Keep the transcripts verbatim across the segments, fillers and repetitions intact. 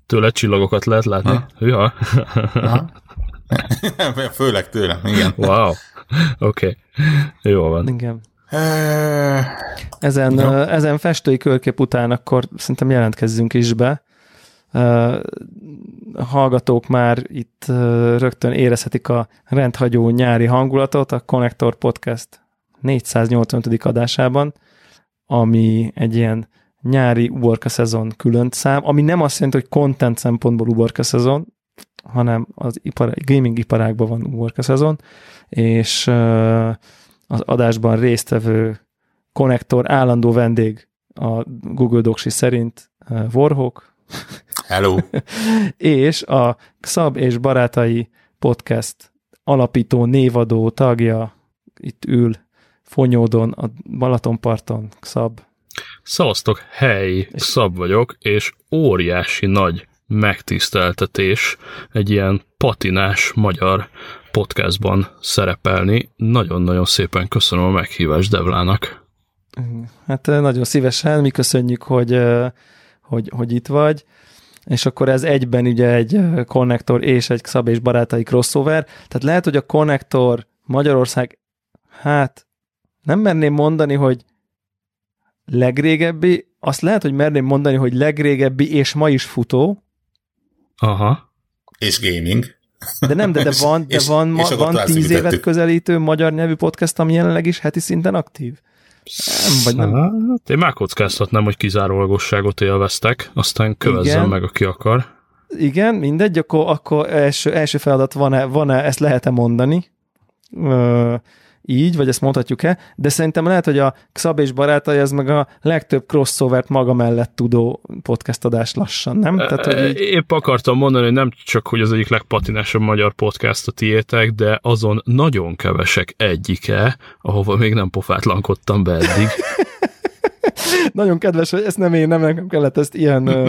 Tőle csillagokat lehet látni? Ha? Ja. Főleg tőlem, igen. Wow. Oké. Okay. Jó van. Igen. Ezen, ezen festői körkép után akkor szerintem jelentkezzünk is be. A hallgatók már itt rögtön érezhetik a rendhagyó nyári hangulatot a Connector Podcast négyszáznyolcvanötödik adásában, ami egy ilyen nyári uborka szezon külön szám, ami nem azt jelenti, hogy content szempontból uborka szezon, hanem az ipar, gaming iparágban van uborka szezon, és az adásban résztvevő Connector állandó vendég a Google Docs szerint Warhawk. Hello! És a Xab és Barátai Podcast alapító névadó tagja itt ül Fonyódon, a Balatonparton. Xab. Szavaztok, hely, Xab vagyok, és óriási nagy megtiszteltetés egy ilyen patinás magyar podcastban szerepelni. Nagyon-nagyon szépen köszönöm a meghívást Devlának. Hát nagyon szívesen, mi köszönjük, hogy, hogy, hogy itt vagy, és akkor ez egyben ugye egy Connector és egy Xab és Barátai crossover, tehát lehet, hogy a Connector Magyarország, hát nem merném mondani, hogy legrégebbi, azt lehet, hogy merném mondani, hogy legrégebbi és ma is futó. Aha. És gaming. De nem, de, de van, de és, van, és van tíz évet közelítő magyar nyelvű podcast, ami jelenleg is heti szinten aktív. Nem, vagy nem. Hát én már kockáztatnám, hogy kizárólagosságot élveztek, aztán kövezzem igen. meg, aki akar. Igen, mindegy, akkor, akkor első, első feladat van-e, van-e, ezt lehet-e mondani? Ö, így, vagy ezt mondhatjuk-e? De szerintem lehet, hogy a Xab és Barátai ez meg a legtöbb crossovert maga mellett tudó podcast adás lassan, nem? Tehát, hogy így... Épp akartam mondani, hogy nem csak, hogy az egyik legpatinásabb magyar podcast a tiétek, de azon nagyon kevesek egyike, ahova még nem pofátlankodtam be eddig. Nagyon kedves, hogy ezt nem én, nem nekem kellett ezt ilyen uh,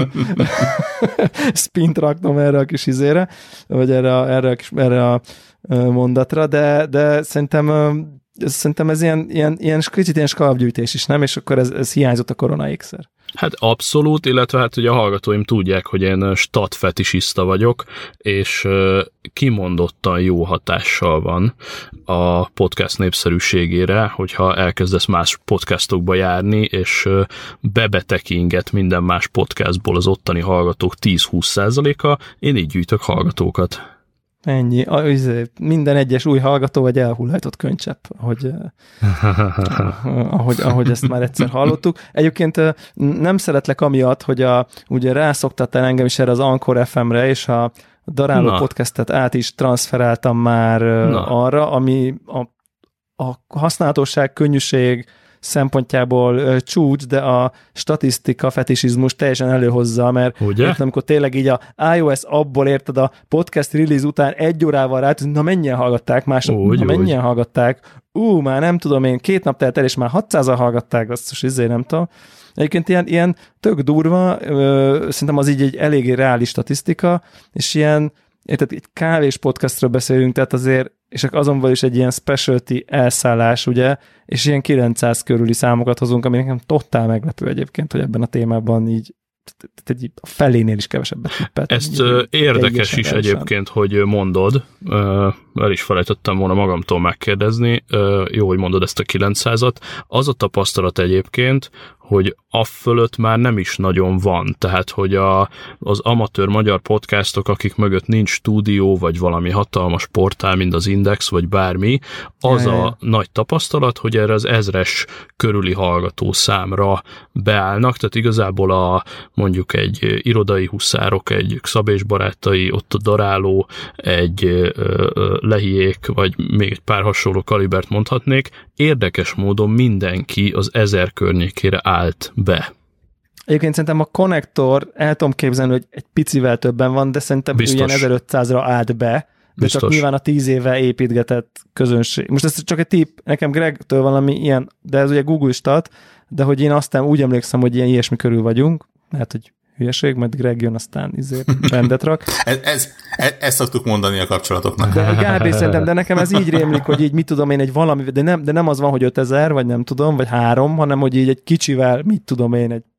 spint raknom erre a kis izére, vagy erre a, erre a, kis, erre a uh, mondatra, de, de szerintem, uh, szerintem ez ilyen, ilyen, ilyen kicsit ilyen skalapgyűjtés is, nem? És akkor ez, ez hiányzott a Korona X-szer. Hát abszolút, illetve hát ugye a hallgatóim tudják, hogy én statfetisiszta vagyok, és kimondottan jó hatással van a podcast népszerűségére, hogyha elkezdesz más podcastokba járni, és bebetekinget minden más podcastból az ottani hallgatók tíz-húsz százaléka, én így gyűjtök hallgatókat. Ennyi. Minden egyes új hallgató vagy elhullajtott könycsepp, ahogy, ahogy, ahogy ezt már egyszer hallottuk. Egyébként nem szeretlek amiatt, hogy a, ugye rászoktattál engem is erre az Anchor ef em-re, és a Daráló Na. podcastet át is transferáltam már Na. arra, ami a, a használhatóság, könnyűség szempontjából csúcs, de a statisztika fetisizmus teljesen előhozza, mert értem, amikor tényleg így a iOS abból érted a podcast release után egy órával rá, na mennyien hallgatták, másnap, úgy, na mennyien úgy. hallgatták, ú, már nem tudom én, két nap telt el, és már hatszázan hallgatták, azt is izé nem tudom. Egyébként ilyen, ilyen tök durva, ö, szerintem az így egy eléggé reális statisztika, és ilyen, érted, egy kávés podcastről beszélünk, tehát azért és azonban is egy ilyen specialty elszállás, ugye, és ilyen kilencszáz körüli számokat hozunk, ami nekem totál meglepő egyébként, hogy ebben a témában így a felénél is kevesebbet tippelt. Ezt így, érdekes is kevesen. Egyébként, hogy mondod, el is felejtettem volna magamtól megkérdezni, jó, hogy mondod ezt a kilencszázat. Az a tapasztalat egyébként, hogy afölött már nem is nagyon van, tehát hogy a, az amatőr magyar podcastok, akik mögött nincs stúdió, vagy valami hatalmas portál, mint az Index, vagy bármi, az ja, a ja. nagy tapasztalat, hogy erre az ezres körüli hallgató számra beállnak, tehát igazából a mondjuk egy irodai huszárok, egy Xab és Barátai, ott a Daráló, egy ö, ö, Lehiék, vagy még egy pár hasonló kalibert mondhatnék, érdekes módon mindenki az ezer környékére állt be. Egyébként szerintem a Connector, el tudom képzelni, hogy egy picivel többen van, de szerintem Biztos. ilyen ezerötszázra állt be, de Biztos. csak nyilván a tíz éve építgetett közönség. Most ez csak egy tipp, nekem Gregtől valami ilyen, de ez ugye Google stat, de hogy én aztán úgy emlékszem, hogy ilyen ilyesmi körül vagyunk, lehet, hogy hülyeség, mert Greg jön, aztán izért rendet rak. ez, ez, ez, ezt szoktuk mondani a kapcsolatoknak. De Gábé szerintem, de nekem ez így rémlik, hogy így mit tudom én, egy valami, de nem, de nem az van, hogy ötezer, vagy nem tudom, vagy három, hanem hogy így egy kicsivel, mit tudom én, egy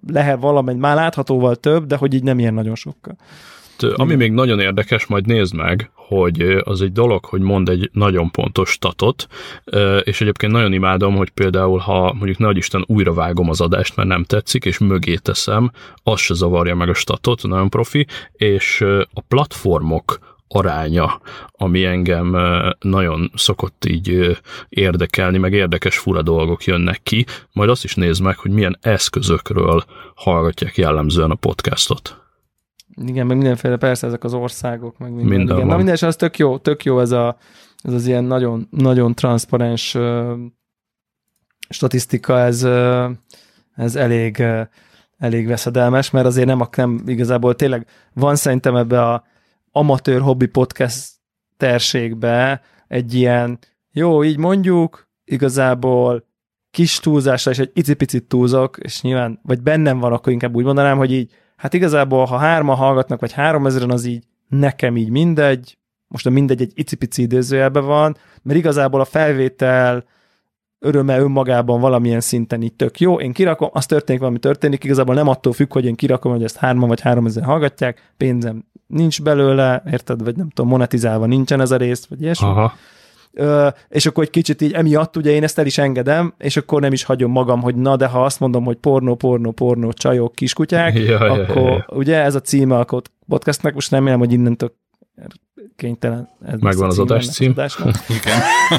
lehet valamely, már láthatóval több, de hogy így nem ilyen nagyon sokkal. Ami Igen. még nagyon érdekes, majd nézd meg, hogy az egy dolog, hogy mond egy nagyon pontos statot, és egyébként nagyon imádom, hogy például, ha mondjuk nehogy Isten újra vágom az adást, mert nem tetszik, és mögé teszem, az se zavarja meg a statot, nagyon profi, és a platformok aránya, ami engem nagyon szokott így érdekelni, meg érdekes fura dolgok jönnek ki, majd azt is nézd meg, hogy milyen eszközökről hallgatják jellemzően a podcastot. Igen, meg mindenféle, persze ezek az országok, meg minden. minden igen. Na minden, és az tök jó, tök jó ez, a, ez az ilyen nagyon, nagyon transzparens uh, statisztika, ez, uh, ez elég, uh, elég veszedelmes, mert azért nem, nem igazából tényleg van szerintem ebbe a amatőr hobbi podcasterségbe egy ilyen, jó, így mondjuk, igazából kis túlzásra, és egy icipicit túlzok, és nyilván, vagy bennem van, akkor inkább úgy mondanám, hogy így, hát igazából, ha hárman hallgatnak, vagy háromezren, az így nekem így mindegy, most a mindegy egy icipici idézőjelben van, mert igazából a felvétel öröme önmagában valamilyen szinten így tök jó, én kirakom, az történik, valami történik, igazából nem attól függ, hogy én kirakom, hogy ezt hárman vagy háromezren hallgatják, pénzem nincs belőle, érted, vagy nem tudom, monetizálva nincsen ez a rész, vagy ilyesmi. Aha. Ö, és akkor egy kicsit így emiatt ugye én ezt el is engedem, és akkor nem is hagyom magam, hogy na, de ha azt mondom, hogy pornó, pornó, pornó, csajok, kiskutyák, ja, akkor ja, ja. ugye ez a címe a podcastnek, most remélem, hogy innentől kénytelen. Ez megvan az adás cím. Igen.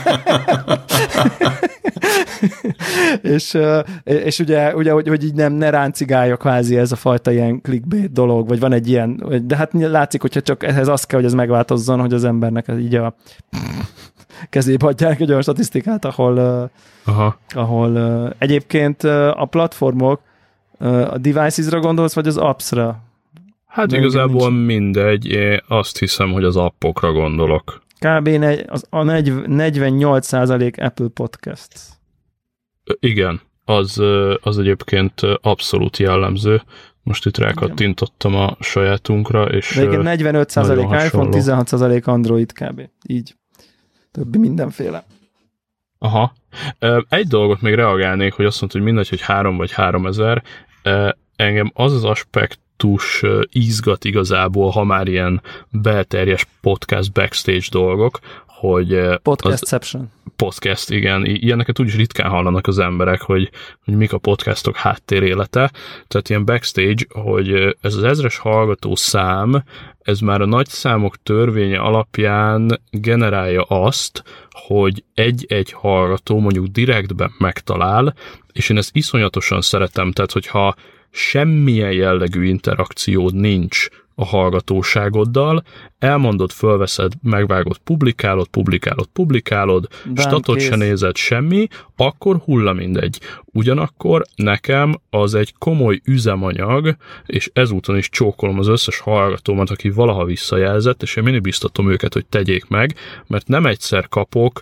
és, és ugye, ugye hogy, hogy így nem, ne ráncigálja kvázi ez a fajta ilyen clickbait dolog, vagy van egy ilyen, de hát látszik, hogyha csak ehhez az kell, hogy ez megváltozzon, hogy az embernek így a kezébe adják egy olyan statisztikát, ahol, Aha. ahol egyébként a platformok a devices-ra gondolsz, vagy az apps-ra? Hát de igazából mindegy, én azt hiszem, hogy az appokra gondolok. Kb. Az, a negyvennyolc százalék Apple Podcast. Igen, az, az egyébként abszolút jellemző. Most itt rákattintottam a sajátunkra, és de igen, negyvenöt százalék iPhone, tizenhat százalék Android kb. Így. Többi mindenféle. Aha. Egy dolgot még reagálnék, hogy azt mondta, hogy mindegy, hogy három vagy háromezer. Engem az az aspekt tus ízgat igazából, ha már ilyen belterjes podcast backstage dolgok, hogy... Podcastception. Podcast, igen. Ilyeneket úgyis ritkán hallanak az emberek, hogy, hogy mik a podcastok háttérélete. Tehát ilyen backstage, hogy ez az ezres hallgató szám, ez már a nagy számok törvénye alapján generálja azt, hogy egy-egy hallgató mondjuk direktben megtalál, és én ezt iszonyatosan szeretem, tehát hogyha semmilyen jellegű interakciód nincs a hallgatóságoddal, elmondod, fölveszed, megvágod, publikálod, publikálod, publikálod, Bán statot kész. Se nézed, semmi, akkor hulla mindegy. Ugyanakkor nekem az egy komoly üzemanyag, és ezúton is csókolom az összes hallgatómat, aki valaha visszajelzett, és én mindig biztatom őket, hogy tegyék meg, mert nem egyszer kapok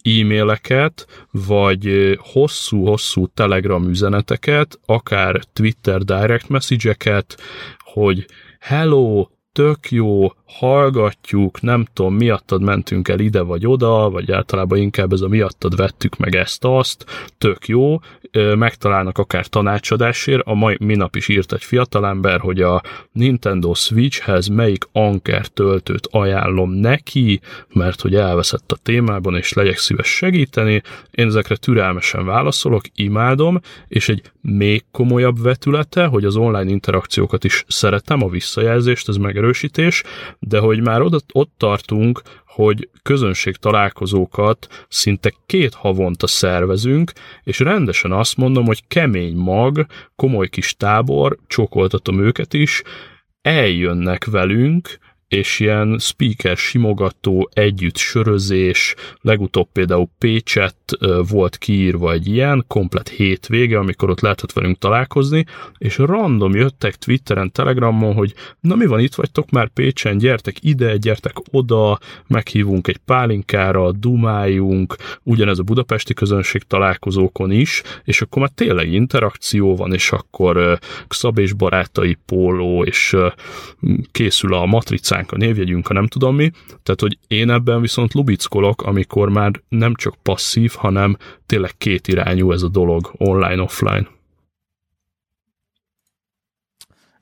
e-maileket, vagy hosszú-hosszú Telegram üzeneteket, akár Twitter direct message-eket, hogy hello, tök jó, hallgatjuk, nem tudom, miattad mentünk el ide vagy oda, vagy általában inkább ez a miattad vettük meg ezt-azt, tök jó, megtalálnak akár tanácsadásért, a mai minap is írt egy fiatalember, hogy a Nintendo Switchhez melyik Anker töltőt ajánlom neki, mert hogy elveszett a témában, és legyek szíves segíteni. Én ezekre türelmesen válaszolok, imádom, és egy még komolyabb vetülete, hogy az online interakciókat is szeretem, a visszajelzést, ez megerősítés, de hogy már oda, ott tartunk, hogy közönség találkozókat szinte két havonta szervezünk, és rendesen azt mondom, hogy kemény mag, komoly kis tábor, csókoltatom őket is, eljönnek velünk, és ilyen speaker simogató, együtt sörözés, legutóbb például Pécset volt kiírva egy ilyen, komplet hétvége, amikor ott lehetett velünk találkozni, és random jöttek Twitteren, Telegramon, hogy na mi van, itt vagytok már Pécsen, gyertek ide, gyertek oda, meghívunk egy pálinkára, dumáljunk, ugyanez a budapesti közönség találkozókon is, és akkor már tényleg interakció van, és akkor Xab és barátai póló, és készül a matricán a névjegyünk, ha nem tudom mi. Tehát, hogy én ebben viszont lubickolok, amikor már nem csak passzív, hanem tényleg kétirányú ez a dolog, online-offline.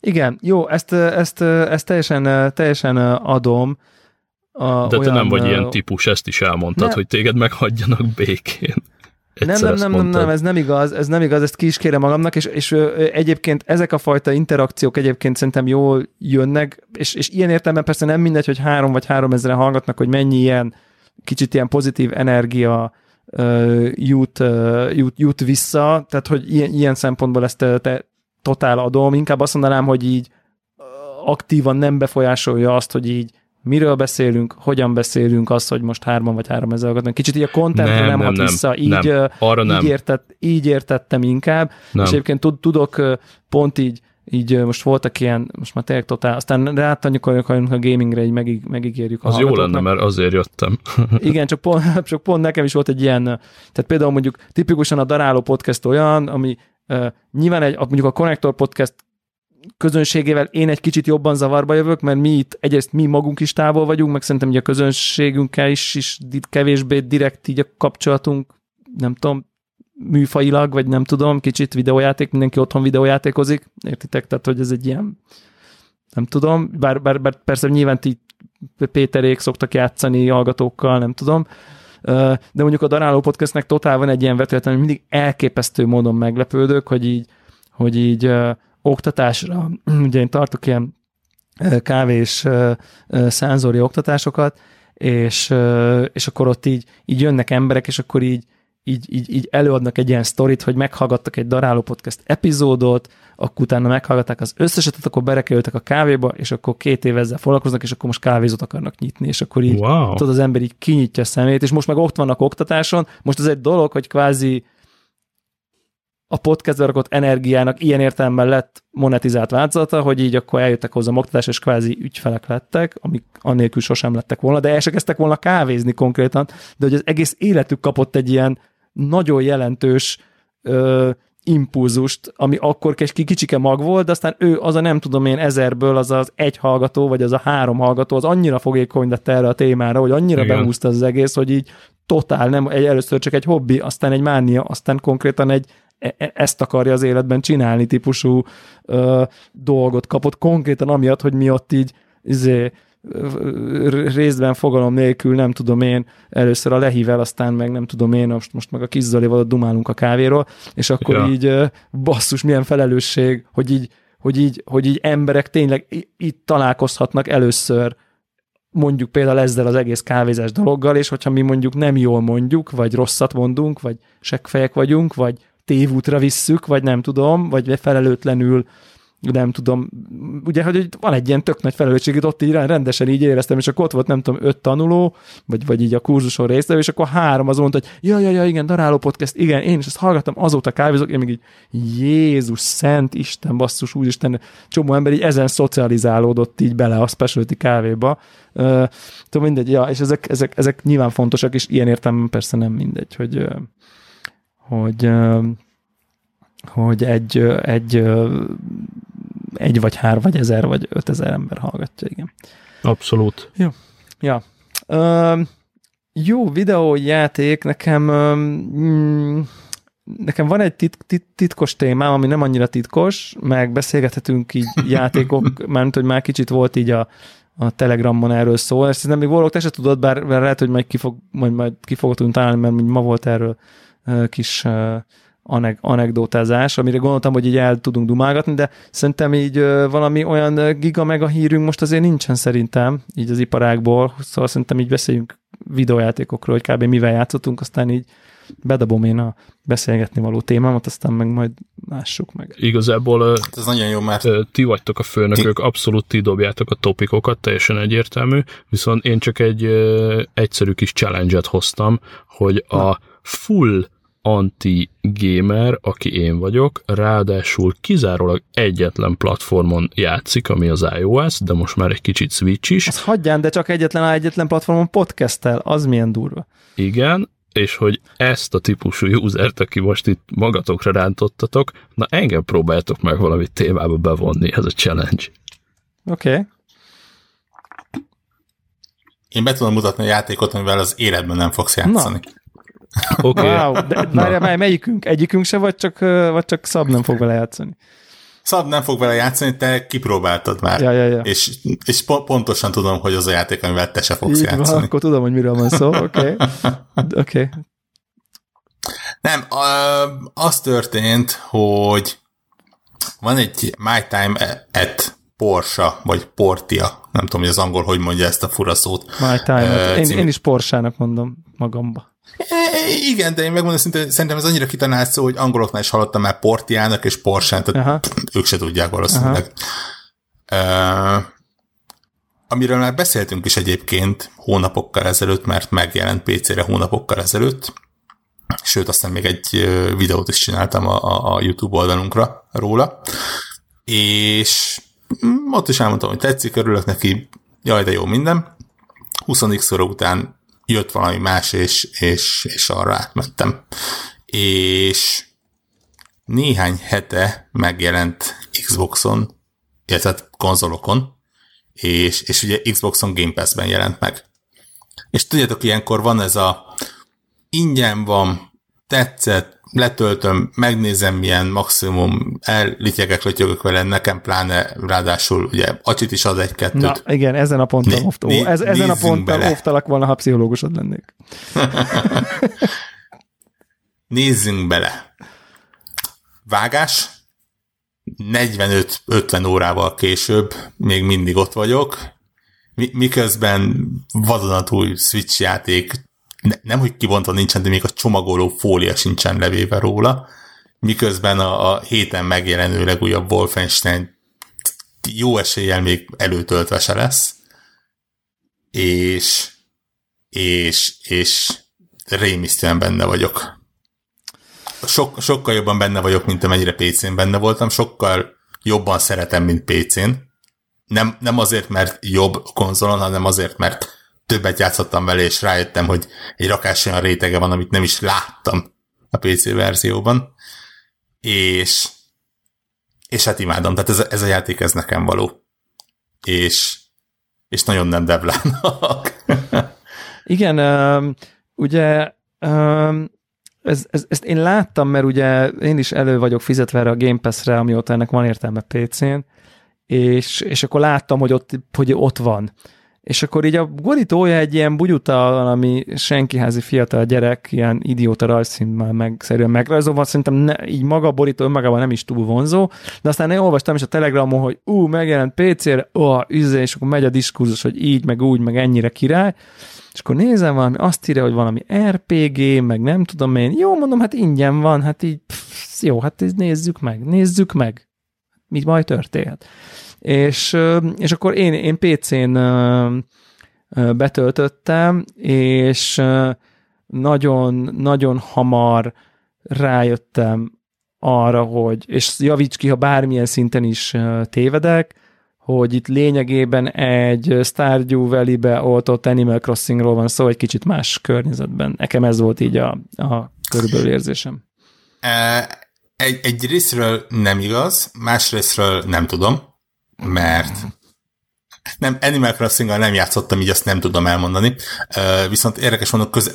Igen, jó, ezt, ezt, ezt teljesen, teljesen adom. A, De te olyan, nem vagy ilyen típus, ezt is elmondtad, ne, hogy téged meghagyjanak békén. Nem, nem, nem, nem, nem, ez nem igaz, ez nem igaz, ezt ki is kérem magamnak, és, és egyébként ezek a fajta interakciók egyébként szerintem jól jönnek, és, és ilyen értelemben persze nem mindegy, hogy három vagy három ezeren hallgatnak, hogy mennyi ilyen kicsit ilyen pozitív energia uh, jut, uh, jut, jut vissza, tehát hogy ilyen, ilyen szempontból ezt te totál adom, inkább azt mondanám, hogy így aktívan nem befolyásolja azt, hogy így miről beszélünk, hogyan beszélünk, az, hogy most hárman vagy három ezer hallgatnak. Kicsit így a contentre nem, nem, nem hat nem, vissza, így, nem. Arra nem. Így, értett, így értettem inkább, nem. És egyébként tudok pont így, így most voltak ilyen, most már tényleg totál, aztán rátanyukoljunk a gamingre, így megíg, megígérjük a az jó lenne, mert azért jöttem. Igen, csak pont, csak pont nekem is volt egy ilyen, tehát például mondjuk tipikusan a Daráló Podcast olyan, ami uh, nyilván egy, mondjuk a Connector Podcast közönségével én egy kicsit jobban zavarba jövök, mert mi itt egyrészt mi magunk is távol vagyunk, meg szerintem így a közönségünkkel is, is kevésbé direkt így a kapcsolatunk, nem tudom, műfajilag, vagy nem tudom, kicsit videójáték, mindenki otthon videójátékozik, értitek? Tehát, hogy ez egy ilyen, nem tudom, bár, bár, bár persze nyilván ti Péterék szoktak játszani hallgatókkal, nem tudom, de mondjuk a Daráló Podcastnek totál van egy ilyen vetületen, hogy mindig elképesztő módon meglepődök, hogy így, hogy így oktatásra, ugye én tartok ilyen kávés szánzori oktatásokat, és, és akkor ott így, így jönnek emberek, és akkor így, így, így, így előadnak egy ilyen sztorit, hogy meghallgattak egy Daráló Podcast epizódot, akkor utána meghallgatták az összesetet, akkor berekerültek a kávéba, és akkor két év ezzel foglalkoznak, és akkor most kávézót akarnak nyitni, és akkor így wow. Tudod, az ember így kinyitja a szemét, és most meg ott vannak oktatáson, most ez egy dolog, hogy kvázi a podcastbe rakott energiának ilyen értelemben lett monetizált változata, hogy így akkor eljöttek hozzá oktatás, és kvázi ügyfelek lettek, amik annélkül sosem lettek volna, de el se kezdtek volna kávézni konkrétan, de hogy az egész életük kapott egy ilyen nagyon jelentős ö, impulzust, ami akkor kicsike mag volt, de aztán ő az a nem tudom én ezerből az az egy hallgató, vagy az a három hallgató, az annyira fogékony lett erre a témára, hogy annyira igen. Behúzta az egész, hogy így totál nem, egy, először csak egy hobbi, aztán egy mánia, aztán konkrétan egy ezt akarja az életben csinálni típusú ö, dolgot kapott, konkrétan amiatt, hogy mi ott így izé, részben fogalom nélkül, nem tudom én, először a Lehivel, aztán meg nem tudom én, most, most meg a kis Zolival dumálunk a kávéról, és akkor ja. így basszus, milyen felelősség, hogy így, hogy így, hogy így emberek tényleg itt találkozhatnak először mondjuk például ezzel az egész kávézás dologgal, és hogyha mi mondjuk nem jól mondjuk, vagy rosszat mondunk, vagy seggfejek vagyunk, vagy tévútra visszük, vagy nem tudom, vagy felelőtlenül, nem tudom, ugye, hogy van egy ilyen tök nagy felelősség, itt ott így rendesen így éreztem, és akkor ott volt, nem tudom, öt tanuló, vagy, vagy így a kurzuson résztvevő, és akkor három az mondta, hogy ja, ja, ja, igen, Daráló Podcast, igen, én is ezt hallgattam, azóta kávézok, én még így, Jézus, Szent Isten, basszus, úristen, csomó ember így ezen szocializálódott így bele a specialty kávéba. Uh, tudom, mindegy, ja, és ezek, ezek, ezek nyilván fontosak, és ilyen értelemben persze nem mindegy, hogy uh, hogy, hogy egy, egy, egy vagy hár, vagy ezer, vagy ötezer ember hallgatja, igen. Abszolút. Jó. Ja. Uh, jó videójáték, nekem um, nekem van egy tit, tit, titkos témám, ami nem annyira titkos, meg beszélgethetünk így játékok, mert hogy már kicsit volt így a, a Telegramon erről szó, ezt nem még volok, te se tudod, bár, bár lehet, hogy majd ki, fog, majd, majd ki fogod tudni találni, mert ma volt erről kis uh, aneg- anekdotázás, amire gondoltam, hogy így el tudunk dumálgatni, de szerintem így uh, valami olyan giga meg a hírünk most azért nincsen szerintem, így az iparágból, szóval szerintem így beszéljünk videójátékokról, hogy kb. Mivel játszottunk, aztán így bedobom én a beszélgetni való témámat, aztán meg majd lássuk meg. Igazából ez nagyon jó, mert ti vagytok a főnökök, abszolút ti dobjátok a topikokat, teljesen egyértelmű, viszont én csak egy uh, egyszerű kis challenge-et hoztam, hogy a Na. full anti-gamer, aki én vagyok, ráadásul kizárólag egyetlen platformon játszik, ami az iOS, de most már egy kicsit Switch is. Azt hagyján, de csak egyetlen egyetlen platformon podcasttel, az milyen durva. Igen, és hogy ezt a típusú usert, aki most itt magatokra rántottatok, na engem próbáljátok meg valami témába bevonni, ez a challenge. Oké. Okay. Én be tudom mutatni a játékot, amivel az életben nem fogsz játszani. Na. Okay. Wow, de várjál, várjál, melyikünk? Egyikünk se, vagy csak, vagy csak Szab nem fog vele játszani? Szab nem fog vele játszani, te kipróbáltad már. Ja, ja, ja. És, és pontosan tudom, hogy az a játék, amivel te se fogsz így játszani. Van, akkor tudom, hogy miről van szó, oké. Okay. Oké. Okay. Nem, az történt, hogy van egy My Time at Porsche, vagy Portia, nem tudom, hogy az angol hogy mondja ezt a fura szót. My Time, uh, én, én is Porsche-nak mondom magamba. Igen, de én megmondom szintén, szerintem ez annyira kitalált szó, hogy angoloknál is hallottam már Portiának és Porsche-n, tehát pff, ők se tudják valószínűleg. Uh, amiről már beszéltünk is egyébként hónapokkal ezelőtt, mert megjelent pé cére hónapokkal ezelőtt, sőt, aztán még egy videót is csináltam a, a, a YouTube oldalunkra róla, és ott is elmondtam, hogy tetszik, örülök neki, jaj, de jó minden. húsz x óra után jött valami más, és, és, és arra átmentem. És néhány hete megjelent Xboxon, illetve konzolokon, és, és ugye Xboxon Game Pass-ben jelent meg. És tudjátok, ilyenkor van ez a ingyen van, tetszett, letöltöm, megnézem, milyen maximum ellityegek, lötyögök vele, nekem pláne ráadásul ugye acsit is ad egy-kettőt. Na, igen, ezen a ponton né- ofta, né- ez, ezen a ponton oftalak volna, ha pszichológusod lennék. Nézzünk bele. Vágás, negyvenöt-ötven órával később még mindig ott vagyok, miközben vadonatúj Switch játék Ne, nem, hogy kibontva nincsen, de még a csomagoló fólia sincsen levéve róla, miközben a, a héten megjelenő legújabb Wolfenstein jó eséllyel még előtöltve se lesz, és és, és rémisztően benne vagyok. Sok, sokkal jobban benne vagyok, mint amennyire pé cén benne voltam, sokkal jobban szeretem, mint pé cén. Nem, nem azért, mert jobb konzolon, hanem azért, mert többet játszottam vele, és rájöttem, hogy egy rakás olyan rétege van, amit nem is láttam a pé cé verzióban, és és hát imádom, tehát ez, ez a játék, ez nekem való. És, és nagyon nem devlának. Igen, um, ugye um, ez, ez, ezt én láttam, mert ugye én is elő vagyok fizetve erre a Game Pass-re, amióta ennek van értelme pé cén, és, és akkor láttam, hogy ott, hogy ott van. És akkor így a borítója egy ilyen bugyuta, valami senkiházi fiatal gyerek, ilyen idióta rajzszínben meg szerűen megrajzolva, szerintem ne, így maga a borító önmagában nem is túl vonzó, de aztán én olvastam is a Telegramon, hogy ú, megjelent pé cére, ó, üzé, és akkor megy a diskurzus, hogy így, meg úgy, meg ennyire király, és akkor nézem valami, azt írja, hogy valami er pé gé, meg nem tudom én, jó, mondom, hát ingyen van, hát így, pff, jó, hát ezt nézzük meg, nézzük meg, mit majd történhet. És, és akkor én, én pé cén betöltöttem, és nagyon, nagyon hamar rájöttem arra, hogy, és javíts ki, ha bármilyen szinten is tévedek, hogy itt lényegében egy Stardew Valley-be oltott Animal Crossingról van szó, egy kicsit más környezetben. Nekem ez volt így a, a körülbelül érzésem. Egy, egy részről nem igaz, más részről nem tudom, mert nem, Animal Crossing-gal nem játszottam, így azt nem tudom elmondani. Uh, viszont érdekes mondom, köze...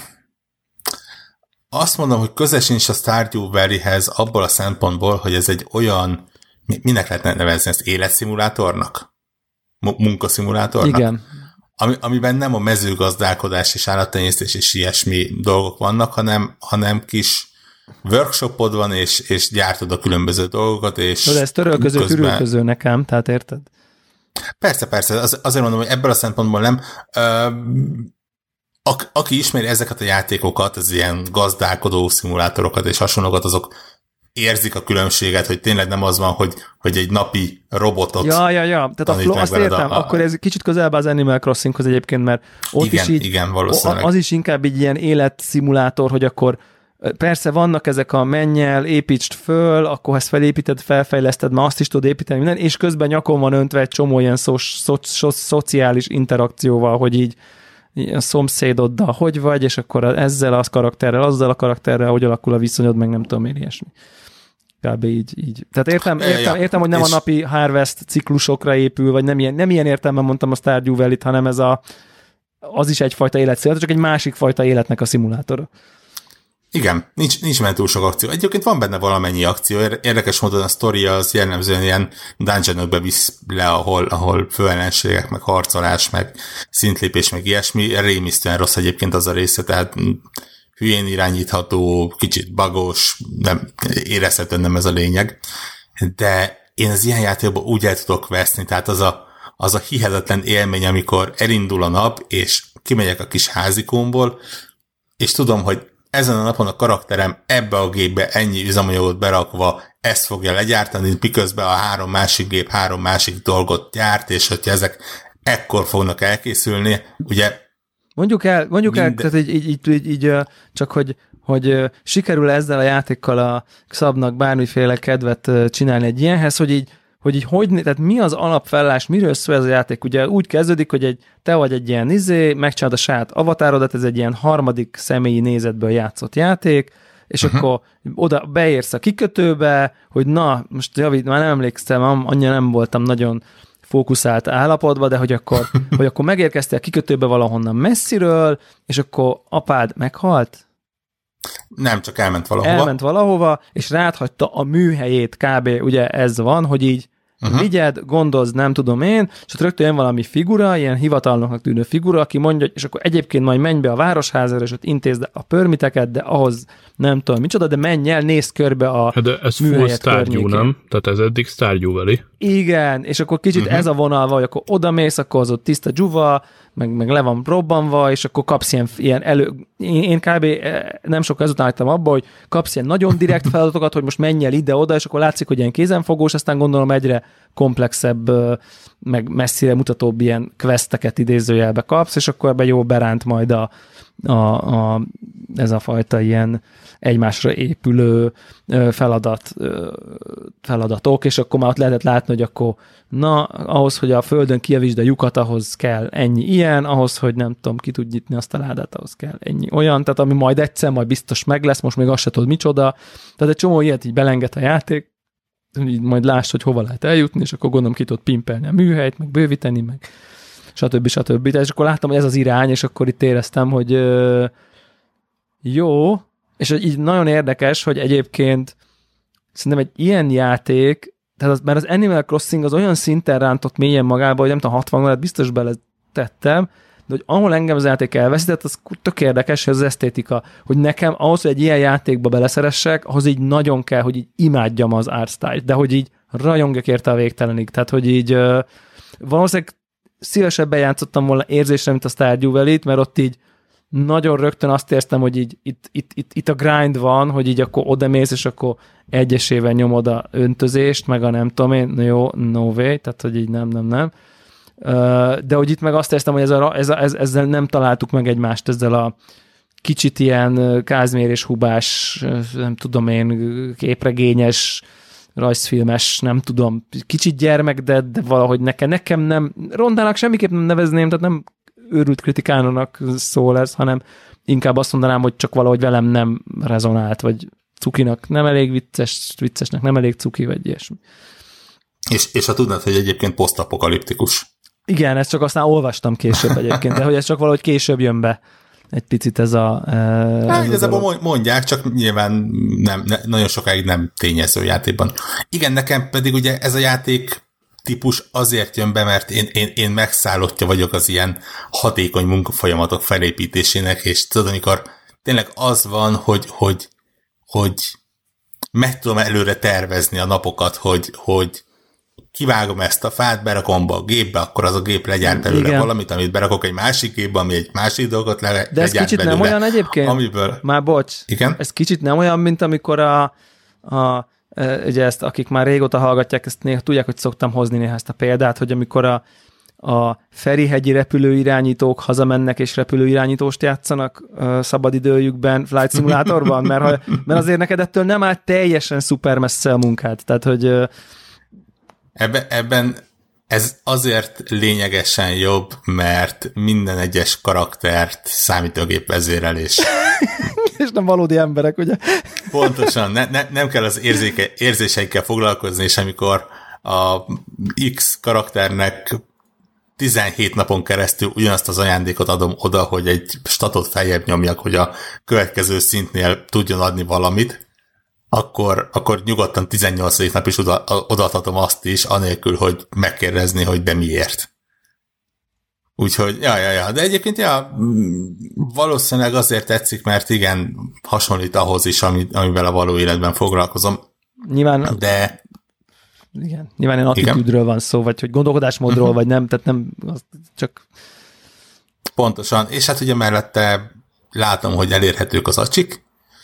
azt mondom, hogy köze sincs a Stardew Valley-hez abból a szempontból, hogy ez egy olyan, minek lehetne nevezni ezt, életszimulátornak? M- munkaszimulátornak? Igen. Ami, amiben nem a mezőgazdálkodás és állattenyésztés és ilyesmi dolgok vannak, hanem, hanem kis workshopod van, és, és gyártod a különböző dolgokat, és de ez törölköző, közben... türülköző nekem, tehát érted? Persze, persze, az, azért mondom, hogy ebből a szempontból nem. Ö, a, aki ismeri ezeket a játékokat, az ilyen gazdálkodó szimulátorokat és hasonlókat, azok érzik a különbséget, hogy tényleg nem az van, hogy, hogy egy napi robotot ja, ja, ja. Tehát a flow, azt értem, a, a... akkor ez kicsit közelebb az Animal Crossinghoz egyébként, mert ott igen, is így, igen, valószínűleg. Az is inkább egy ilyen életszimulátor, hogy akkor persze vannak ezek a mennyel, építsd föl, akkor ezt felépíted, felfejleszted, már azt is tudod építeni minden, és közben nyakon van öntve egy csomó ilyen szo- szo- szo- szociális interakcióval, hogy így a szomszédoddal hogy vagy, és akkor ezzel a karakterrel, azzal a karakterrel, hogy alakul a viszonyod, meg nem tudom én ilyesmi. Kb. így. így. Tehát értem, értem, értem hogy nem és... a napi harvest ciklusokra épül, vagy nem ilyen, nem ilyen értelemben mondtam a Stardew Valley-t, hanem ez a, az is egyfajta életszélet, csak egy másik fajta életnek a szimulátora. Igen, nincs, nincs benne túl sok akció. Egyébként van benne valamennyi akció. Érdekes módon a sztori az jellemzően ilyen dungeonokbe visz le, ahol, ahol főellenségek, meg harcolás, meg szintlépés, meg ilyesmi. Rémisztően rossz egyébként az a része, tehát hülyén irányítható, kicsit bagos, nem, érezhetően nem ez a lényeg. De én az ilyen játékban úgy el tudok veszni, tehát az a, az a hihetetlen élmény, amikor elindul a nap, és kimegyek a kis házikomból, és tudom, hogy ezen a napon a karakterem ebbe a gépbe ennyi üzemanyagot berakva ezt fogja legyártani, miközben a három másik gép három másik dolgot gyárt, és hogyha ezek ekkor fognak elkészülni, ugye... Mondjuk el, mondjuk minden... el tehát így, így, így, így, csak hogy, hogy sikerül ezzel a játékkal a Szabnak bármiféle kedvet csinálni egy ilyenhez, hogy így hogy így hogy, tehát mi az alapfelállás, miről szól ez a játék? Ugye úgy kezdődik, hogy egy, te vagy egy ilyen izé, megcsinálod a saját avatárodat, ez egy ilyen harmadik személyi nézetből játszott játék, és uh-huh. akkor oda beérsz a kikötőbe, hogy na, most javít, már nem emlékszem, annyira nem voltam nagyon fókuszált állapotban, de hogy akkor, hogy akkor megérkeztél a kikötőbe valahonnan messziről, és akkor apád meghalt? Nem, csak elment valahova. Elment valahova, és rádhagyta a műhelyét kb. Ugye ez van, hogy így uh-huh. vigyed, gondozz, nem tudom én, és ott rögtön jön valami figura, ilyen hivatalnoknak tűnő figura, aki mondja, és akkor egyébként majd menj be a városházára, és ott intézd a permiteket, de ahhoz nem tudom micsoda, de menj el, nézd körbe a hát de ez full Stardew, nem? Tehát ez eddig Stardew Valley. Igen, és akkor kicsit uh-huh. ez a vonal, hogy akkor odamész, akkor az ott tiszta dzsuva, meg, meg le van robbanva, és akkor kapsz ilyen, ilyen elő... Én, én kb. Nem sokkal ezután hagytam abba, hogy kapsz ilyen nagyon direkt feladatokat, hogy most menj el ide-oda, és akkor látszik, hogy ilyen kézenfogós, aztán gondolom egyre komplexebb, meg messzire mutatóbb ilyen questeket idézőjelbe kapsz, és akkor ebben jó beránt majd a, a, a, ez a fajta ilyen egymásra épülő feladat, feladatok, és akkor már ott lehetett látni, hogy akkor na, ahhoz, hogy a földön kijavítsd a lyukat, ahhoz kell ennyi ilyen, ahhoz, hogy nem tudom, ki tud nyitni azt a ládát, ahhoz kell ennyi olyan, tehát ami majd egyszer, majd biztos meg lesz, most még azt se tudod micsoda, tehát egy csomó ilyet így belenget a játék, így majd lásd, hogy hova lehet eljutni, és akkor gondolom ki tudod pimpelni a műhelyt, meg bővíteni, meg stb. stb. És akkor láttam, hogy ez az irány, és akkor itt éreztem, hogy ö, jó, és így nagyon érdekes, hogy egyébként szerintem egy ilyen játék, tehát az, mert az Animal Crossing az olyan szinten rántott mélyen magába, hogy nem tudom, hatvan órát biztos bele tettem, de hogy ahol engem az játék elveszített, az tök érdekes, hogy az esztétika, hogy nekem ahhoz, hogy egy ilyen játékba beleszeressek, ahhoz így nagyon kell, hogy így imádjam az art style, de hogy így rajongjak érte a végtelenig, tehát hogy így uh, valószínűleg szívesebben játszottam volna érzésre, mint a Stardew Valley-t, mert ott így nagyon rögtön azt éreztem, hogy így itt, itt, itt, itt a grind van, hogy így akkor odamész, és akkor egyesével nyomod a öntözést, meg a nem tudom én, no jó, no way, tehát hogy így nem, nem, nem. De hogy itt meg azt éreztem, hogy ez a, ez a, ez, ezzel nem találtuk meg egymást, ezzel a kicsit ilyen kázmérés hubás, nem tudom én, képregényes, rajzfilmes, nem tudom, kicsit gyermek, de, de valahogy nekem, nekem nem, rondának semmiképp nem nevezném, tehát nem őrült kritikánónak szól ez, hanem inkább azt mondanám, hogy csak valahogy velem nem rezonált, vagy cukinak nem elég vicces, viccesnek nem elég cuki, vagy ilyesmi. És, és ha tudnád, hogy egyébként posztapokaliptikus. Igen, ezt csak aztán olvastam később egyébként, de hogy ez csak valahogy később jön be egy picit ez a... Ez hát, igazából mondják, csak nyilván nem, ne, nagyon sokáig nem tényező játékban. Igen, nekem pedig ugye ez a játék típus azért jön be, mert én, én, én megszállottja vagyok az ilyen hatékony munkafolyamatok felépítésének, és tudod, amikor tényleg az van, hogy, hogy, hogy meg tudom előre tervezni a napokat, hogy, hogy kivágom ezt a fát, berakom be a gépbe, akkor az a gép legyárt belőle igen. valamit, amit berakok egy másik gépbe, ami egy másik dolgot le, legyárt belőle. De ez kicsit belőle, nem olyan egyébként? Amiből... Már bocs. Igen? Ez kicsit nem olyan, mint amikor a, a ugye ezt, akik már régóta hallgatják, ezt néha tudják, hogy szoktam hozni néha ezt a példát, hogy amikor a, a Ferihegyi repülőirányítók hazamennek és repülőirányítóst játszanak uh, szabadidőjükben Flight Simulatorban, mert, ha, mert azért neked ettől nem áll teljesen szuper messze a munkád. Tehát, hogy... Uh, Ebben, ebben ez azért lényegesen jobb, mert minden egyes karaktert számítógép vezérel, és... és nem valódi emberek, ugye? Pontosan, ne, ne, nem kell az érzéke, érzéseikkel foglalkozni, és amikor a X karakternek tizenhét napon keresztül ugyanazt az ajándékot adom oda, hogy egy statot feljebb nyomjak, hogy a következő szintnél tudjon adni valamit, akkor, akkor nyugodtan tizennyolcadik nap is oda, odaadhatom azt is, anélkül, hogy megkérdezni, hogy de miért. Úgyhogy, ja, ja, ja. De egyébként, ja, valószínűleg azért tetszik, mert igen, hasonlít ahhoz is, amivel a való életben foglalkozom. Nyilván... De... Igen, nyilván ilyen attitűdről van szó, vagy hogy gondolkodásmódról, uh-huh. vagy nem, tehát nem, csak... Pontosan, és hát ugye mellette látom, hogy elérhetők az acsik,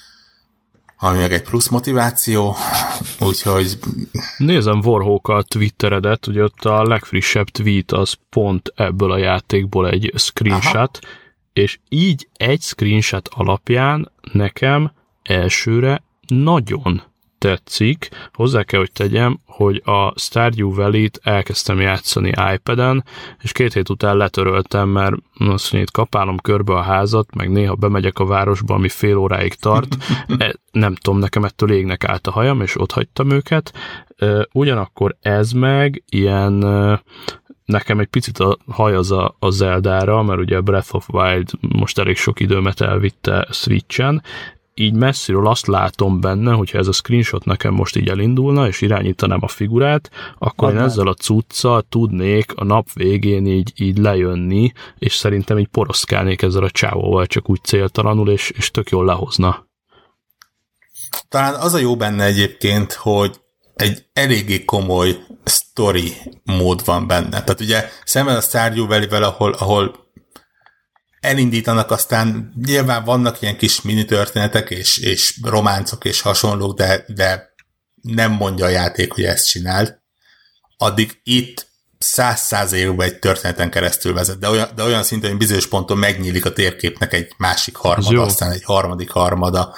ami meg egy plusz motiváció, úgyhogy... Nézem Warhawk Twitteredet, ugye ott a legfrissebb tweet az pont ebből a játékból egy screenshot, aha. és így egy screenshot alapján nekem elsőre nagyon tetszik. Hozzá kell, hogy tegyem, hogy a Stardew Valley-t elkezdtem játszani iPad-en, és két hét után letöröltem, mert azt mondja, itt kapálom körbe a házat, meg néha bemegyek a városba, ami fél óráig tart. Nem tudom, nekem ettől égnek állt a hajam, és ott hagytam őket. Ugyanakkor ez meg ilyen nekem egy picit a haj az a, a Zeldára, mert ugye Breath of Wild most elég sok időmet elvitte Switchen, így messziről azt látom benne, hogyha ez a screenshot nekem most így elindulna, és irányítanám a figurát, akkor Adnál. Én ezzel a cuccal tudnék a nap végén így, így lejönni, és szerintem így poroszkálnék ezzel a csávóval, csak úgy céltalanul, és, és tök jól lehozna. Talán az a jó benne egyébként, hogy egy eléggé komoly story mód van benne. Tehát ugye szemben a Stardew Valley-vel, ahol, ahol elindítanak, aztán nyilván vannak ilyen kis mini történetek, és, és románcok, és hasonlók, de, de nem mondja a játék, hogy ezt csináld. Addig itt száz százalékban egy történeten keresztül vezet, de olyan, de olyan szinten, hogy bizonyos ponton megnyílik a térképnek egy másik harmada, aztán egy harmadik harmada.